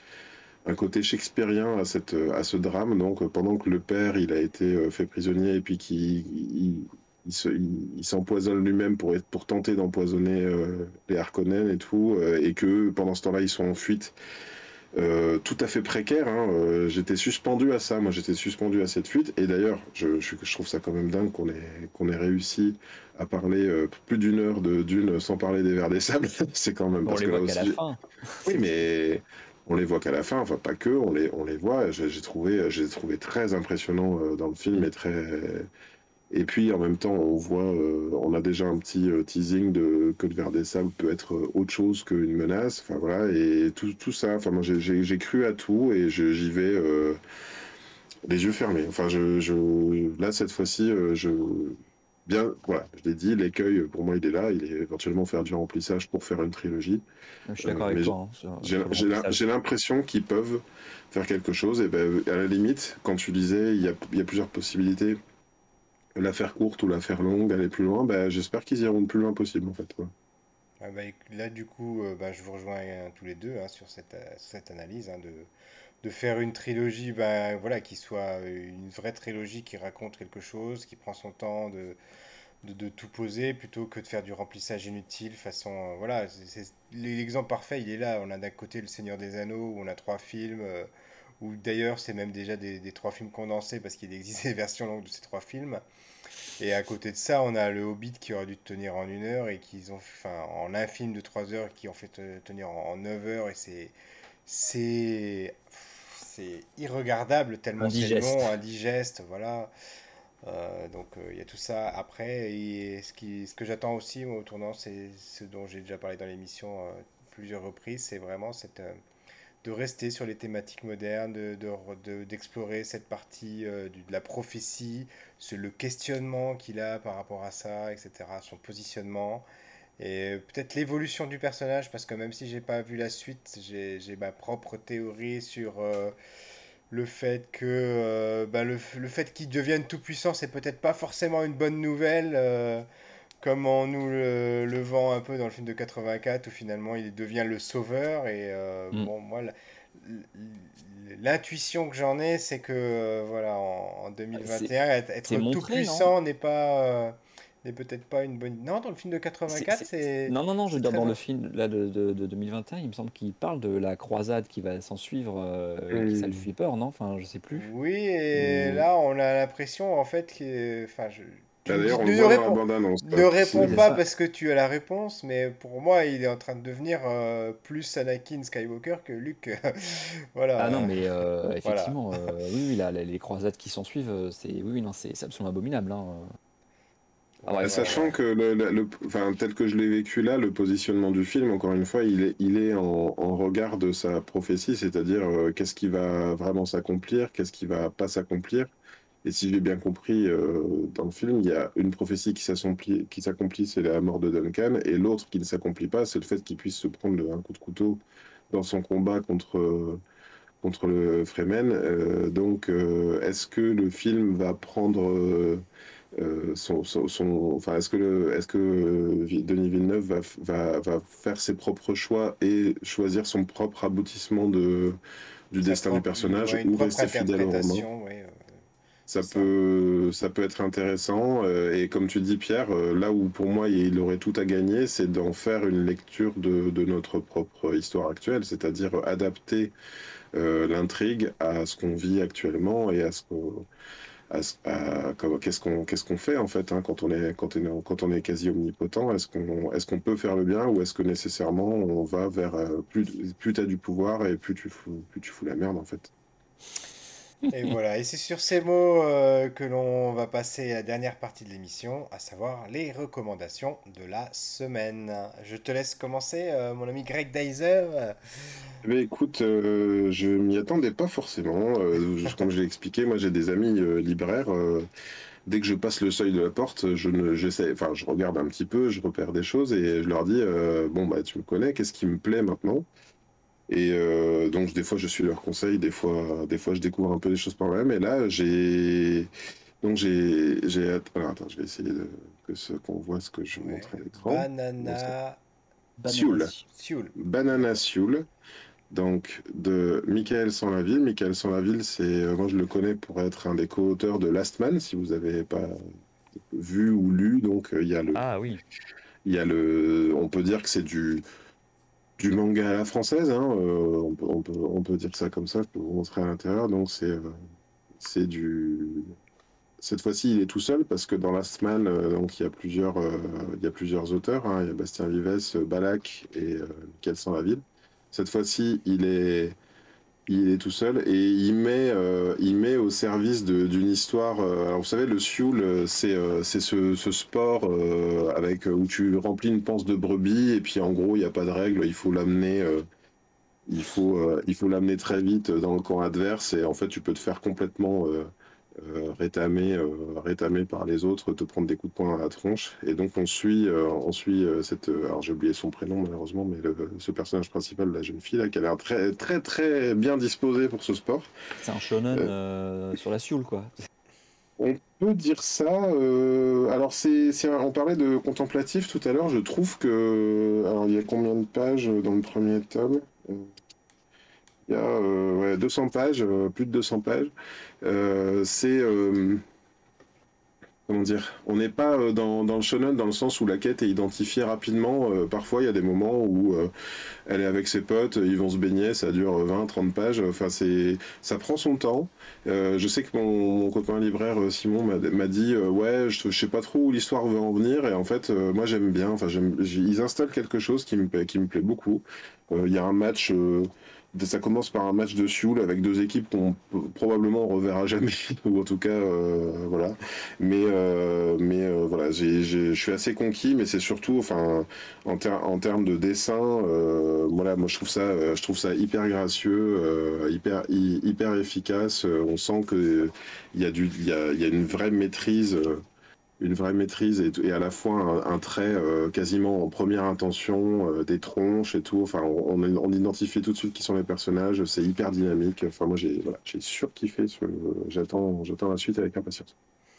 un côté shakespearien à cette, à ce drame. Donc, pendant que le père, il a été euh, fait prisonnier et puis qu'il, il, il se- il- il s'empoisonne lui-même pour, être- pour tenter d'empoisonner euh, les Harkonnen et tout, euh, et que pendant ce temps-là, ils sont en fuite euh, tout à fait précaire. Hein. Euh, j'étais suspendu à ça. Moi, j'étais suspendu à cette fuite. Et d'ailleurs, je, je, je trouve ça quand même dingue qu'on ait, qu'on ait réussi à parler euh, plus d'une heure de Dune sans parler des Vers des Sables. C'est quand même On parce les que là voit qu'à la aussi. fin. Oui, C'est- mais on les voit qu'à la fin. Enfin, pas que. On les, on les voit. J'ai j'ai trouvé, j'ai trouvé très impressionnant euh, dans le film Mm. et très. Et puis en même temps, on voit, euh, on a déjà un petit euh, teasing de que le ver des sables peut être euh, autre chose qu'une menace. Enfin voilà, et tout, tout ça. Enfin moi j'ai j'ai- j'ai cru à tout et je- j'y vais, euh, les yeux fermés. Enfin, je, je... là, cette fois-ci, euh, je... Bien, voilà, je l'ai dit, l'écueil, pour moi, il est là. Il est éventuellement faire du remplissage pour faire une trilogie. Je suis Euh, d'accord avec mais toi hein, sur, j'ai sur le j'ai l'im- remplissage. j'ai l'impression qu'ils peuvent faire quelque chose. Et ben, à la limite, quand tu disais, il y a, il y a plusieurs possibilités, la faire courte ou la faire longue, aller plus loin, ben, j'espère qu'ils iront le plus loin possible, en fait. Quoi. Ah bah, éc- là, du coup, euh, bah, je vous rejoins euh, tous les deux hein, sur cette, euh, cette analyse hein, de, de faire une trilogie bah, voilà, qui soit une vraie trilogie qui raconte quelque chose, qui prend son temps de, de, de tout poser plutôt que de faire du remplissage inutile façon euh, voilà c'est c'est- l'exemple parfait il est là on a d'un côté le Seigneur des Anneaux où on a trois films euh, où d'ailleurs c'est même déjà des, des trois films condensés parce qu'il existe des versions longues de ces trois films et à côté de ça on a le Hobbit qui aurait dû tenir en une heure et qu'ils ont enfin en un film de trois heures qui ont fait te- tenir en, en neuf heures et c'est c'est c'est irregardable tellement c'est long Indigeste. indigeste voilà. Euh, donc euh, il y a tout ça après et ce qui, ce que j'attends aussi moi, au tournant c'est ce dont j'ai déjà parlé dans l'émission euh, plusieurs reprises c'est vraiment cette, euh, de rester sur les thématiques modernes de, de- de- d'explorer cette partie euh, du- de la prophétie ce- le questionnement qu'il a par rapport à ça etc son positionnement et peut-être l'évolution du personnage parce que même si j'ai pas vu la suite j'ai, j'ai ma propre théorie sur euh, le fait que euh, bah, le, le fait qu'il devienne tout puissant, c'est peut-être pas forcément une bonne nouvelle, euh, comme on nous le, le vend un peu dans le film de quatre-vingt-quatre, où finalement il devient le sauveur. Et euh, Mm. bon, moi, la- l'intuition que j'en ai, c'est que euh, voilà, en, en C'est deux mille vingt et un, être, c'est être tout montré, non? puissant n'est pas, euh, n'est peut-être pas une bonne. Non, dans le film de C'est- quatre-vingt-quatre, c'est- c'est, Non, non, non, je veux c'est dire, très. dans le film là, de, de, de deux mille vingt et un, il me semble qu'il parle de la croisade qui va s'en suivre euh, et que ça le Hum, fait peur, non? Enfin, je sais plus. Oui, et hum. là, on a l'impression, en fait, que... Enfin, je... tu Bah, me dis, d'ailleurs, on le ne voit dans la réponds, bande-annonce, ne pas réponds Oui, précisément. c'est pas ça. parce que tu as la réponse, mais pour moi, il est en train de devenir euh, plus Anakin Skywalker que Luke. Ah non, Voilà, mais euh, voilà. effectivement, euh, oui, oui, là, les, les croisades qui s'en suivent, euh, c'est oui, oui, non, c'est c'est absolument abominable, hein. Ah Ouais, Bah, bref. ouais, sachant ouais. que, le, le- le- enfin, tel que je l'ai vécu là, le positionnement du film, encore une fois, il est, il est en, en regard de sa prophétie, c'est-à-dire euh, qu'est-ce qui va vraiment s'accomplir, qu'est-ce qui va pas s'accomplir. Et si j'ai bien compris, euh, dans le film, il y a une prophétie qui s'accomplit, qui s'accomplit, c'est la mort de Duncan, et l'autre qui ne s'accomplit pas, c'est le fait qu'il puisse se prendre un coup de couteau dans son combat contre, contre le Fremen. Euh, donc, euh, est-ce que le film va prendre euh, euh, son, son, son- enfin, est-ce que, le, est-ce que euh, Vi- Denis Villeneuve va, f- va, va faire ses propres choix et choisir son propre aboutissement de, du Sa destin du propre, une, personnage ouais, une ou propre rester fidèle au roman? interprétation, ouais, euh, c'est Ça ça. peut, ça peut être intéressant. Euh, et comme tu dis, Pierre, euh, là où pour moi il aurait tout à gagner, c'est d'en faire une lecture de, de notre propre histoire actuelle, c'est-à-dire adapter euh, l'intrigue à ce qu'on vit actuellement et à ce qu'on, à ce- à- comment- qu'est-ce qu'on, qu'est-ce qu'on fait en fait hein, quand on est, quand on est, quand on est quasi omnipotent. Est-ce qu'on, est-ce qu'on peut faire le bien ou est-ce que nécessairement on va vers euh, plus, plus t'as du pouvoir et plus tu fous, plus tu fous la merde en fait. Et voilà, et c'est sur ces mots euh, que l'on va passer à la dernière partie de l'émission, à savoir les recommandations de la semaine. Je te laisse commencer, euh, mon ami Greg Dyser. Mais écoute, euh, je m'y attendais pas forcément. Euh, je- comme j'ai expliqué, moi j'ai des amis euh, libraires. Euh, dès que je passe le seuil de la porte, je ne, j'essaie, enfin, je regarde un petit peu, je repère des choses et je leur dis, euh, bon bah tu me connais, qu'est-ce qui me plaît maintenant? Et euh, donc des fois je suis leurs conseils, des fois, des fois je découvre un peu des choses par moi-même. Et là j'ai, donc j'ai, j'ai, alors, attends, je vais essayer de, que ce, qu'on voit ce que je montre à Ouais, l'écran. Donc c'est Banana Sioul, Bananasi. Sioul. Banana D'accord. Sioul. Donc, de Michael Sans-Laville. Michael Sans-Laville, c'est, euh, moi je le connais pour être un des co-auteurs de Last Man, si vous avez pas vu ou lu. Donc, euh, il y a le, Ah oui. il y a le, on peut dire que c'est du, du manga à la française, hein, euh, on peut, on peut, on peut dire ça comme ça, je peux vous montrer à l'intérieur. Donc, c'est, euh, c'est du, cette fois-ci, il est tout seul parce que dans Last Man, euh, donc il y a plusieurs, euh, il y a plusieurs auteurs, hein, il y a Bastien Vives, Balak et euh, Michael Sans-Laville. Cette fois-ci, il est il est tout seul et il met, euh, il met au service de- d'une histoire. Euh, alors vous savez, le sioul, euh, c'est euh, c'est ce, ce sport euh, avec, euh, où tu remplis une panse de brebis et puis en gros, il n'y a pas de règle, il faut l'amener. Euh, il faut, euh, il faut l'amener très vite dans le camp adverse et en fait, tu peux te faire complètement euh, euh, rétamer, euh, rétamer par les autres, te prendre des coups de poing à la tronche. Et donc, on suit, euh, on suit euh, cette. euh, Alors, j'ai oublié son prénom malheureusement, mais le- ce personnage principal, la jeune fille là, qui a l'air très, très, très bien disposée pour ce sport. C'est un shonen Euh, euh, sur la Sioule, quoi. On peut dire ça. euh, alors, c'est, c'est un- on parlait de contemplatif tout à l'heure. Je trouve que. Alors, il y a combien de pages dans le premier tome? Euh, Il y a euh, ouais, deux cents pages, euh, plus de deux cents pages. Euh, c'est. euh, Comment dire? On n'est pas euh, dans, dans le shonen dans le sens où la quête est identifiée rapidement. Euh, parfois, il y a des moments où euh, elle est avec ses potes, ils vont se baigner, ça dure vingt, trente pages. Enfin, c'est, ça prend son temps. Euh, je sais que mon, mon copain libraire euh, Simon m'a m'a dit euh, ouais, je, je sais pas trop où l'histoire veut en venir. Et en fait, euh, moi j'aime bien. Enfin, j'aime, j'ai- ils installent quelque chose qui me, plaît- qui me plaît beaucoup. Euh, Il y a un match. euh, Ça commence par un match de Sioule avec deux équipes qu'on p- probablement on reverra jamais, ou en tout cas, euh, voilà. Mais, euh, mais euh, voilà, j'ai, j'ai- je suis assez conquis, mais c'est surtout, enfin, en, ter- en termes de dessin, euh, voilà, moi je trouve ça, euh, je trouve ça hyper gracieux, euh, hyper, hy- hyper efficace. Euh, On sent que il y a du, il y a, il y a une vraie maîtrise, euh, une vraie maîtrise et, et à la fois un, un trait euh, quasiment en première intention, euh, des tronches et tout. Enfin, on, on, on identifie tout de suite qui sont les personnages. C'est hyper dynamique. Enfin, moi j'ai, voilà, j'ai surkiffé. Ce, j'attends, j'attends la suite avec impatience.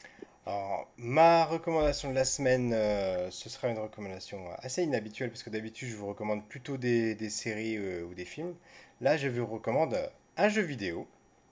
Alors, ma recommandation de la semaine, euh, ce sera une recommandation assez inhabituelle parce que d'habitude je vous recommande plutôt des, des séries euh, ou des films. Là, je vous recommande un jeu vidéo,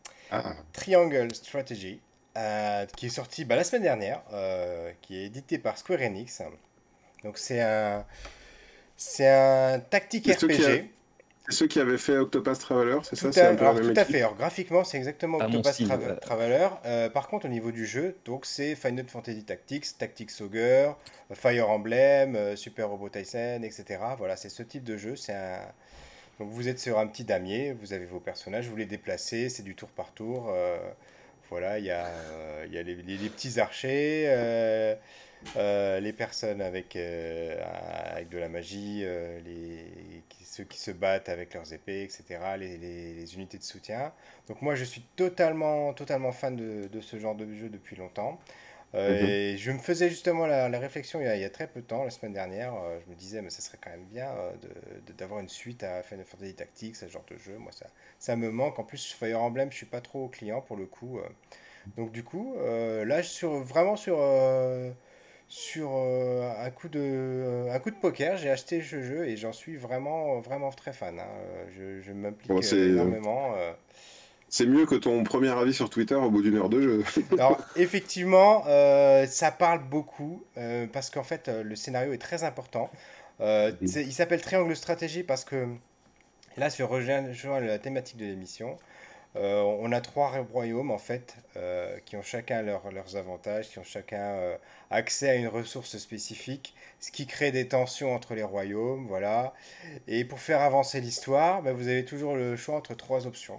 Ah, Triangle Strategy, euh, qui est sorti bah, la semaine dernière, euh, qui est édité par Square Enix. Donc c'est un, c'est un tactique c'est ceux qui, a- R P G. c'est ceux qui avaient fait Octopath Traveler, c'est Tout ça? à, C'est un peu la alors même tout à équipe? fait. Alors graphiquement, c'est exactement Pas mon Octopath style. Tra- euh, Traveler. Euh, par contre, au niveau du jeu, donc c'est Final Fantasy Tactics, Tactics Ogre, euh, Fire Emblem, euh, Super Robot Tyson, et cetera. Voilà, c'est ce type de jeu. C'est un... Donc vous êtes sur un petit damier, vous avez vos personnages, vous les déplacez, c'est du tour par tour. euh, voilà, il y a, euh, il y a les, les- les petits archers, euh, euh, les personnes avec, euh, avec de la magie, euh, les, qui- ceux qui se battent avec leurs épées, et cetera, les, les- les unités de soutien. Donc moi je suis totalement, totalement fan de, de ce genre de jeu depuis longtemps. Mhm. Euh, et je me faisais justement la, la réflexion il y, a, il y a très peu de temps, la semaine dernière, euh, je me disais mais ça serait quand même bien euh, de- de- d'avoir une suite à Final Fantasy Tactics, ce genre de jeu. Moi ça, ça me manque. En plus Fire Emblem je suis pas trop client pour le coup. euh. Donc du coup euh, là je suis sur, vraiment sur... euh, sur euh, un coup de, un coup de poker, j'ai acheté ce jeu et j'en suis vraiment, vraiment très fan, hein. Euh, Je, je Bon, m'implique euh, c'est, énormément. euh. c'est mieux que ton premier avis sur Twitter au bout d'une heure de jeu. Alors, effectivement, euh, ça parle beaucoup euh, parce qu'en fait, euh, le scénario est très important. Euh, Mhm. c'est- il s'appelle Triangle Stratégie parce que là, je rejoins, je rejoins la thématique de l'émission. Euh, on a trois royaumes en fait euh, qui ont chacun leur- leurs avantages, qui ont chacun euh, accès à une ressource spécifique, ce qui crée des tensions entre les royaumes, voilà. Et pour faire avancer l'histoire, ben, vous avez toujours le choix entre trois options.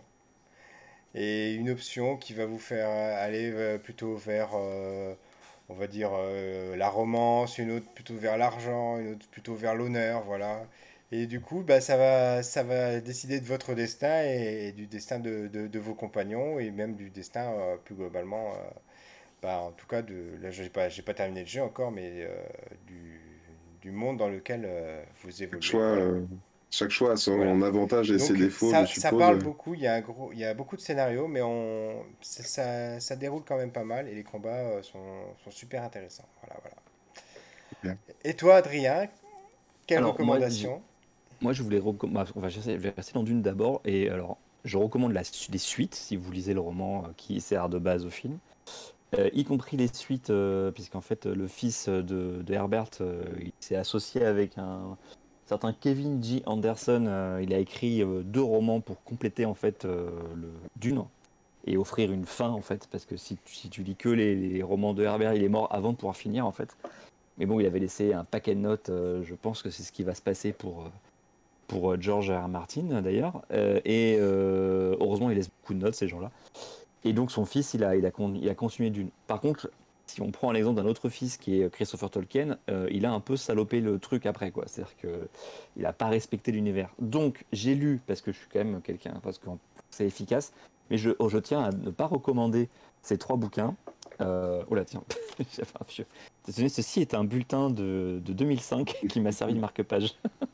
Et une option qui va vous faire aller euh, plutôt vers, euh, on va dire, euh, la romance, une autre plutôt vers l'argent, une autre plutôt vers l'honneur, voilà. Et du coup, bah, ça va, ça va décider de votre destin et, et du destin de, de- de vos compagnons et même du destin euh, plus globalement, euh, bah, en tout cas, de, là, j'ai pas, j'ai pas terminé le jeu encore, mais euh, du, du monde dans lequel euh, vous Chaque évoluez, choix, voilà. euh, chaque choix a Voilà. son avantage et ses Donc défauts, je ça, ça suppose. parle beaucoup, il y a un gros, il y a beaucoup de scénarios, mais on, ça, ça, ça déroule quand même pas mal et les combats euh, sont, sont super intéressants. Voilà, voilà. Bien. Et toi, Adrien, quelle Alors, moi, j'ai- recommandation? moi, je voulais recommander. On va chercher- je vais rester dans Dune d'abord. Et alors, je recommande la, su- les suites, si vous lisez le roman euh, qui sert de base au film. Euh, y compris les suites, euh, puisqu'en fait, le fils de, de Herbert, euh, il s'est associé avec un certain Kevin G. Anderson. Euh, il a écrit euh, deux romans pour compléter en fait euh, le Dune et offrir une fin en fait, parce que si, tu- si tu lis que les, les romans de Herbert, il est mort avant de pouvoir finir en fait. Mais bon, il avait laissé un paquet de notes. Euh, je pense que c'est ce qui va se passer pour euh, pour euh, George R. R. Martin d'ailleurs. Euh, et euh, heureusement, il laisse beaucoup de notes ces gens-là. Et donc son fils, il a, il a, con- il a continué d'une. Par contre, si on prend l'exemple d'un autre fils qui est Christopher Tolkien, euh, il a un peu salopé le truc après, quoi. C'est-à-dire qu'il n'a pas respecté l'univers. Donc, j'ai lu, parce que je suis quand même quelqu'un, parce que c'est efficace, mais je, oh, je tiens à ne pas recommander ces trois bouquins. Euh, oh là, tiens, j'ai fait un vieux. Désolé, ceci est un bulletin de, de deux mille cinq qui m'a servi de marque-page,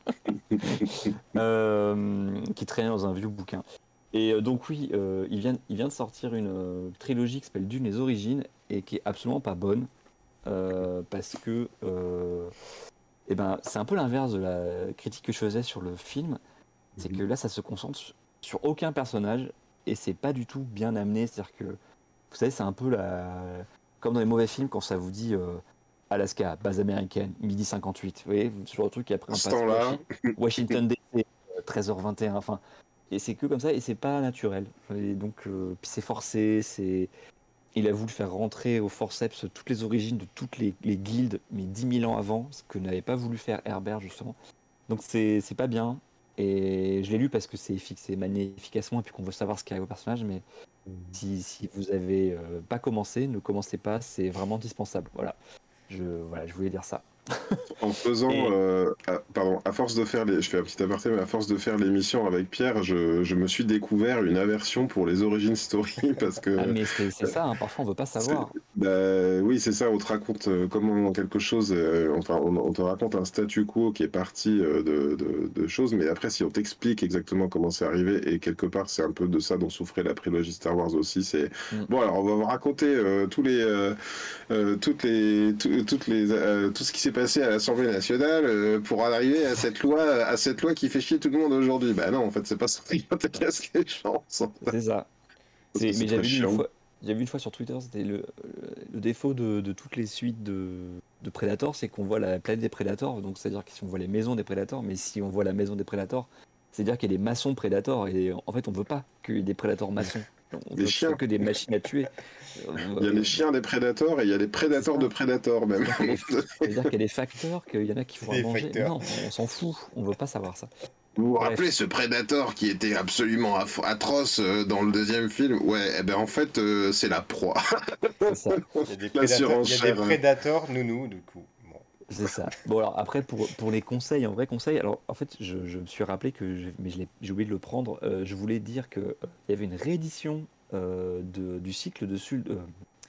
euh, qui traînait dans un vieux bouquin. Et donc oui, euh, il, vient, il vient de sortir une euh, trilogie qui s'appelle Dune les origines et qui est absolument pas bonne euh, parce que euh, eh ben, c'est un peu l'inverse de la critique que je faisais sur le film, c'est que là ça se concentre sur aucun personnage et c'est pas du tout bien amené, c'est-à-dire que vous savez c'est un peu la... comme dans les mauvais films quand ça vous dit euh, Alaska, base américaine, midi cinquante-huit, vous voyez, ce genre de truc qui a pris un passeport, Washington D C, treize heures vingt et un, enfin... Et c'est que comme ça, et c'est pas naturel. Et donc, euh, puis c'est forcé, c'est... Il a voulu faire rentrer au forceps toutes les origines de toutes les, les guildes, mais dix mille ans avant, ce que n'avait pas voulu faire Herbert, justement. Donc c'est, c'est pas bien. Et je l'ai lu parce que c'est fixé manié efficacement, et puis qu'on veut savoir ce qui arrive au personnage, mais si, si vous avez euh, pas commencé, ne commencez pas, c'est vraiment indispensable. Voilà. Je, voilà, je voulais dire ça. En faisant, Et... euh, à, pardon, à force de faire les, je fais un petit aparté, mais à force de faire l'émission avec Pierre, je, je me suis découvert une aversion pour les origin story parce que. Ah mais c'est, c'est ça, hein, parfois on veut pas savoir. Bah, oui, c'est ça. On te raconte euh, comment quelque chose, euh, enfin, on, on te raconte un statu quo qui est parti euh, de, de, de choses, mais après, si on t'explique exactement comment c'est arrivé, et quelque part, c'est un peu de ça dont souffrait la prélogie Star Wars aussi. C'est mm. bon. Alors, on va vous raconter euh, tous les, euh, euh, toutes les, tout, toutes les, euh, tout ce qui s'est passé à l'Assemblée nationale euh, pour arriver à cette loi, à cette loi qui fait chier tout le monde aujourd'hui. Bah non, en fait, c'est pas ça qui intéresse les gens. C'est ça. C'est, mais j'avais vu une fois. J'ai vu une fois sur Twitter, c'était le, le défaut de, de toutes les suites de, de Predator, c'est qu'on voit la planète des Predators, donc c'est-à-dire que si on voit les maisons des Predators, mais si on voit la maison des Predators, c'est-à-dire qu'il y a des maçons Predators, et en fait on veut pas qu'il y ait des Predators maçons, on des veut chiens. Que des machines à tuer. Il y a les chiens des Predators et il y a les Predators de Predators même. C'est-à-dire qu'il y a des facteurs, qu'il y en a qui font à manger. Facteurs. Non, on s'en fout, on veut pas savoir ça. Vous vous rappelez ce Predator qui était absolument atroce dans le deuxième film? Ouais, eh ben en fait, euh, c'est la proie. C'est ça. Il y a des prédateurs, il y a des prédateurs nounous, du coup. Bon. C'est ça. Bon, alors après, pour, pour les conseils, en vrai conseil, alors en fait, je, je me suis rappelé que, je, mais je l'ai, j'ai oublié de le prendre, euh, je voulais dire qu'il euh, y avait une réédition euh, de, du cycle de Sul, euh,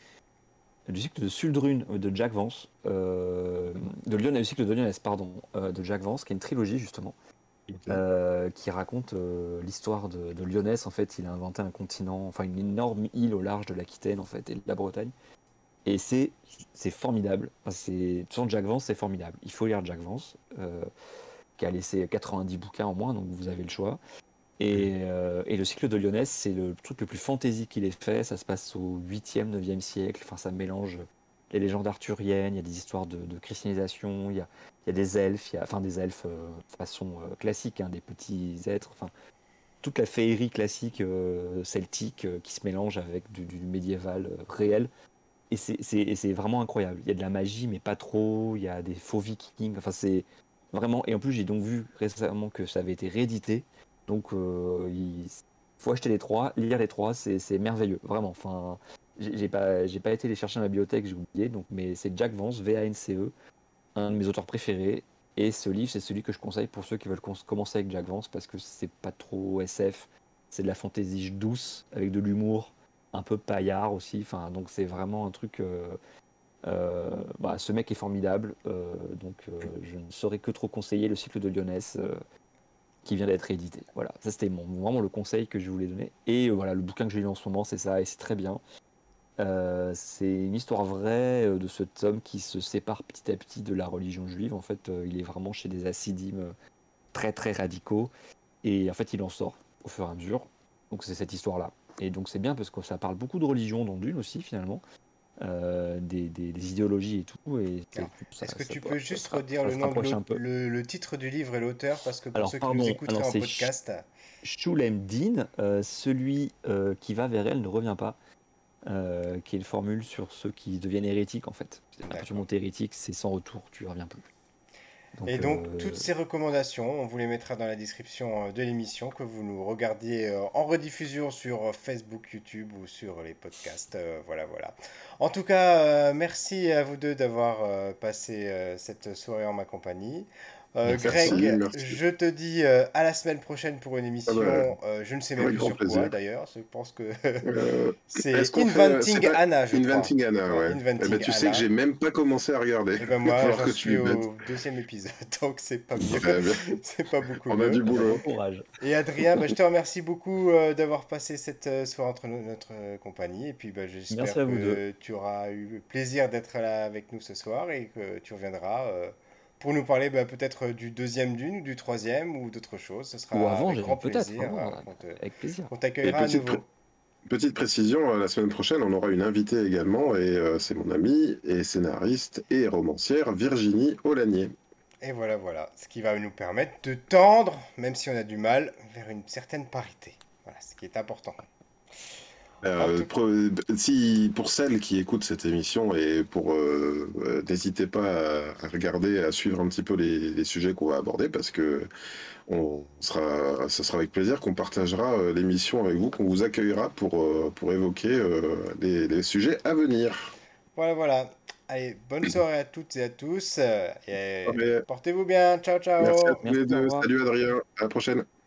du cycle de Suldrune de Jack Vance, euh, de Lyonesse, le cycle de Lyonesse, pardon, euh, de Jack Vance, qui est une trilogie justement. Okay. Euh, qui raconte euh, l'histoire de, de Lyonesse. En fait, il a inventé un continent, enfin une énorme île au large de l'Aquitaine en fait et de la Bretagne. Et c'est c'est formidable. Enfin, c'est sans Jack Vance, c'est formidable. Il faut lire Jack Vance, euh, qui a laissé quatre-vingt-dix bouquins en moins, donc vous avez le choix. Et, euh, et le cycle de Lyonesse, c'est le truc le plus fantasy qu'il ait fait. Ça se passe au huitième, neuvième siècle. Enfin, ça mélange les légendes arthuriennes, il y a des histoires de, de christianisation, il y a, il y a des elfes, il y a, enfin des elfes euh, façon euh, classique, hein, des petits êtres, enfin toute la féerie classique euh, celtique euh, qui se mélange avec du, du médiéval euh, réel. Et c'est, c'est, et c'est vraiment incroyable. Il y a de la magie, mais pas trop. Il y a des faux vikings. Enfin, c'est vraiment. Et en plus, j'ai donc vu récemment que ça avait été réédité. Donc, euh, il faut acheter les trois, lire les trois. C'est, c'est merveilleux, vraiment. Enfin. J'ai pas, j'ai pas été les chercher à la bibliothèque, j'ai oublié, donc, mais c'est Jack Vance, V A N C E, un de mes auteurs préférés. Et ce livre, c'est celui que je conseille pour ceux qui veulent commencer avec Jack Vance parce que c'est pas trop S F, c'est de la fantaisie douce, avec de l'humour, un peu paillard aussi. Enfin, donc c'est vraiment un truc. Euh, euh, bah, ce mec est formidable, euh, donc euh, je ne saurais que trop conseiller le cycle de Lyonesse. Euh, qui vient d'être édité. Voilà, ça c'était mon, vraiment le conseil que je voulais donner. Et euh, voilà, le bouquin que j'ai lu en ce moment, c'est ça, et c'est très bien. Euh, c'est une histoire vraie euh, de cet homme qui se sépare petit à petit de la religion juive. En fait, euh, il est vraiment chez des hassidim euh, très très radicaux, et en fait, il en sort au fur et à mesure. Donc c'est cette histoire-là. Et donc c'est bien parce que ça parle beaucoup de religion dans Dune aussi finalement. Euh, des, des, des idéologies et tout. Et Alors, ça, est-ce que ça tu peut, peux juste ça, redire ça le nom de le, le titre du livre et l'auteur, parce que pour alors, ceux pardon, qui nous écouteraient alors, en podcast. Shulem Din, euh, celui euh, qui va vers elle ne revient pas, euh, qui est une formule sur ceux qui deviennent hérétiques en fait. À partir du moment où tu es hérétique, c'est sans retour, tu ne reviens plus. Donc, Et donc, euh, toutes ces recommandations, on vous les mettra dans la description euh, de l'émission, que vous nous regardiez euh, en rediffusion sur euh, Facebook, YouTube ou sur les podcasts. Euh, voilà, voilà. En tout cas, euh, merci à vous deux d'avoir euh, passé euh, cette soirée en ma compagnie. Euh, merci. Merci, Greg, merci. je te dis euh, à la semaine prochaine pour une Ah bah, émission. Euh, je ne sais même avec plus grand sur quoi plaisir. d'ailleurs. Je pense que Euh, c'est Est-ce qu'on fait. euh, C'est Inventing pas Anna, je crois. Inventing Anna, Ouais, ouais. Eh ben, Inventing tu sais que Anna. j'ai même pas commencé à regarder. Et ben Il va moi, falloir j'en que tu suis m'y mettes. au deuxième épisode, donc c'est pas mieux. Très bien. C'est pas beaucoup On a mieux. du Ah bah, bon boulot. courage. Et Adrien, bah, je te remercie beaucoup euh, d'avoir passé cette euh, soirée entre no- notre euh, compagnie. Et puis bah, Merci j'espère à vous deux. que tu auras eu le plaisir d'être là avec nous ce soir et que tu reviendras euh, pour nous parler bah, peut-être du deuxième Dune ou du troisième ou d'autre chose. Ce Ou sera avant, avec j'ai grand peut-être, plaisir avant, euh, qu'on te- avec plaisir. qu'on Et t'accueillera à petite, pré- nouveau. petite précision, euh, la semaine prochaine, on aura une invitée également, et euh, c'est mon amie et scénariste et romancière Virginie Olanier. Et voilà, voilà. Ce qui va nous permettre de tendre, même si on a du mal, vers une certaine parité. Voilà, ce qui est important. En Euh, tout pro- si, pour celles qui écoutent cette émission et pour euh, euh, n'hésitez pas à, à regarder, à suivre un petit peu les, les sujets qu'on va aborder parce que on sera, ça sera avec plaisir qu'on partagera euh, l'émission avec vous, qu'on vous accueillera pour, euh, pour évoquer euh, les, les sujets à venir. Voilà, voilà. Allez, bonne soirée à toutes et à tous. euh, Et Ouais. portez-vous bien. Ciao, Merci à ciao. tous Merci, les au deux. revoir. Salut Adrien. À la prochaine.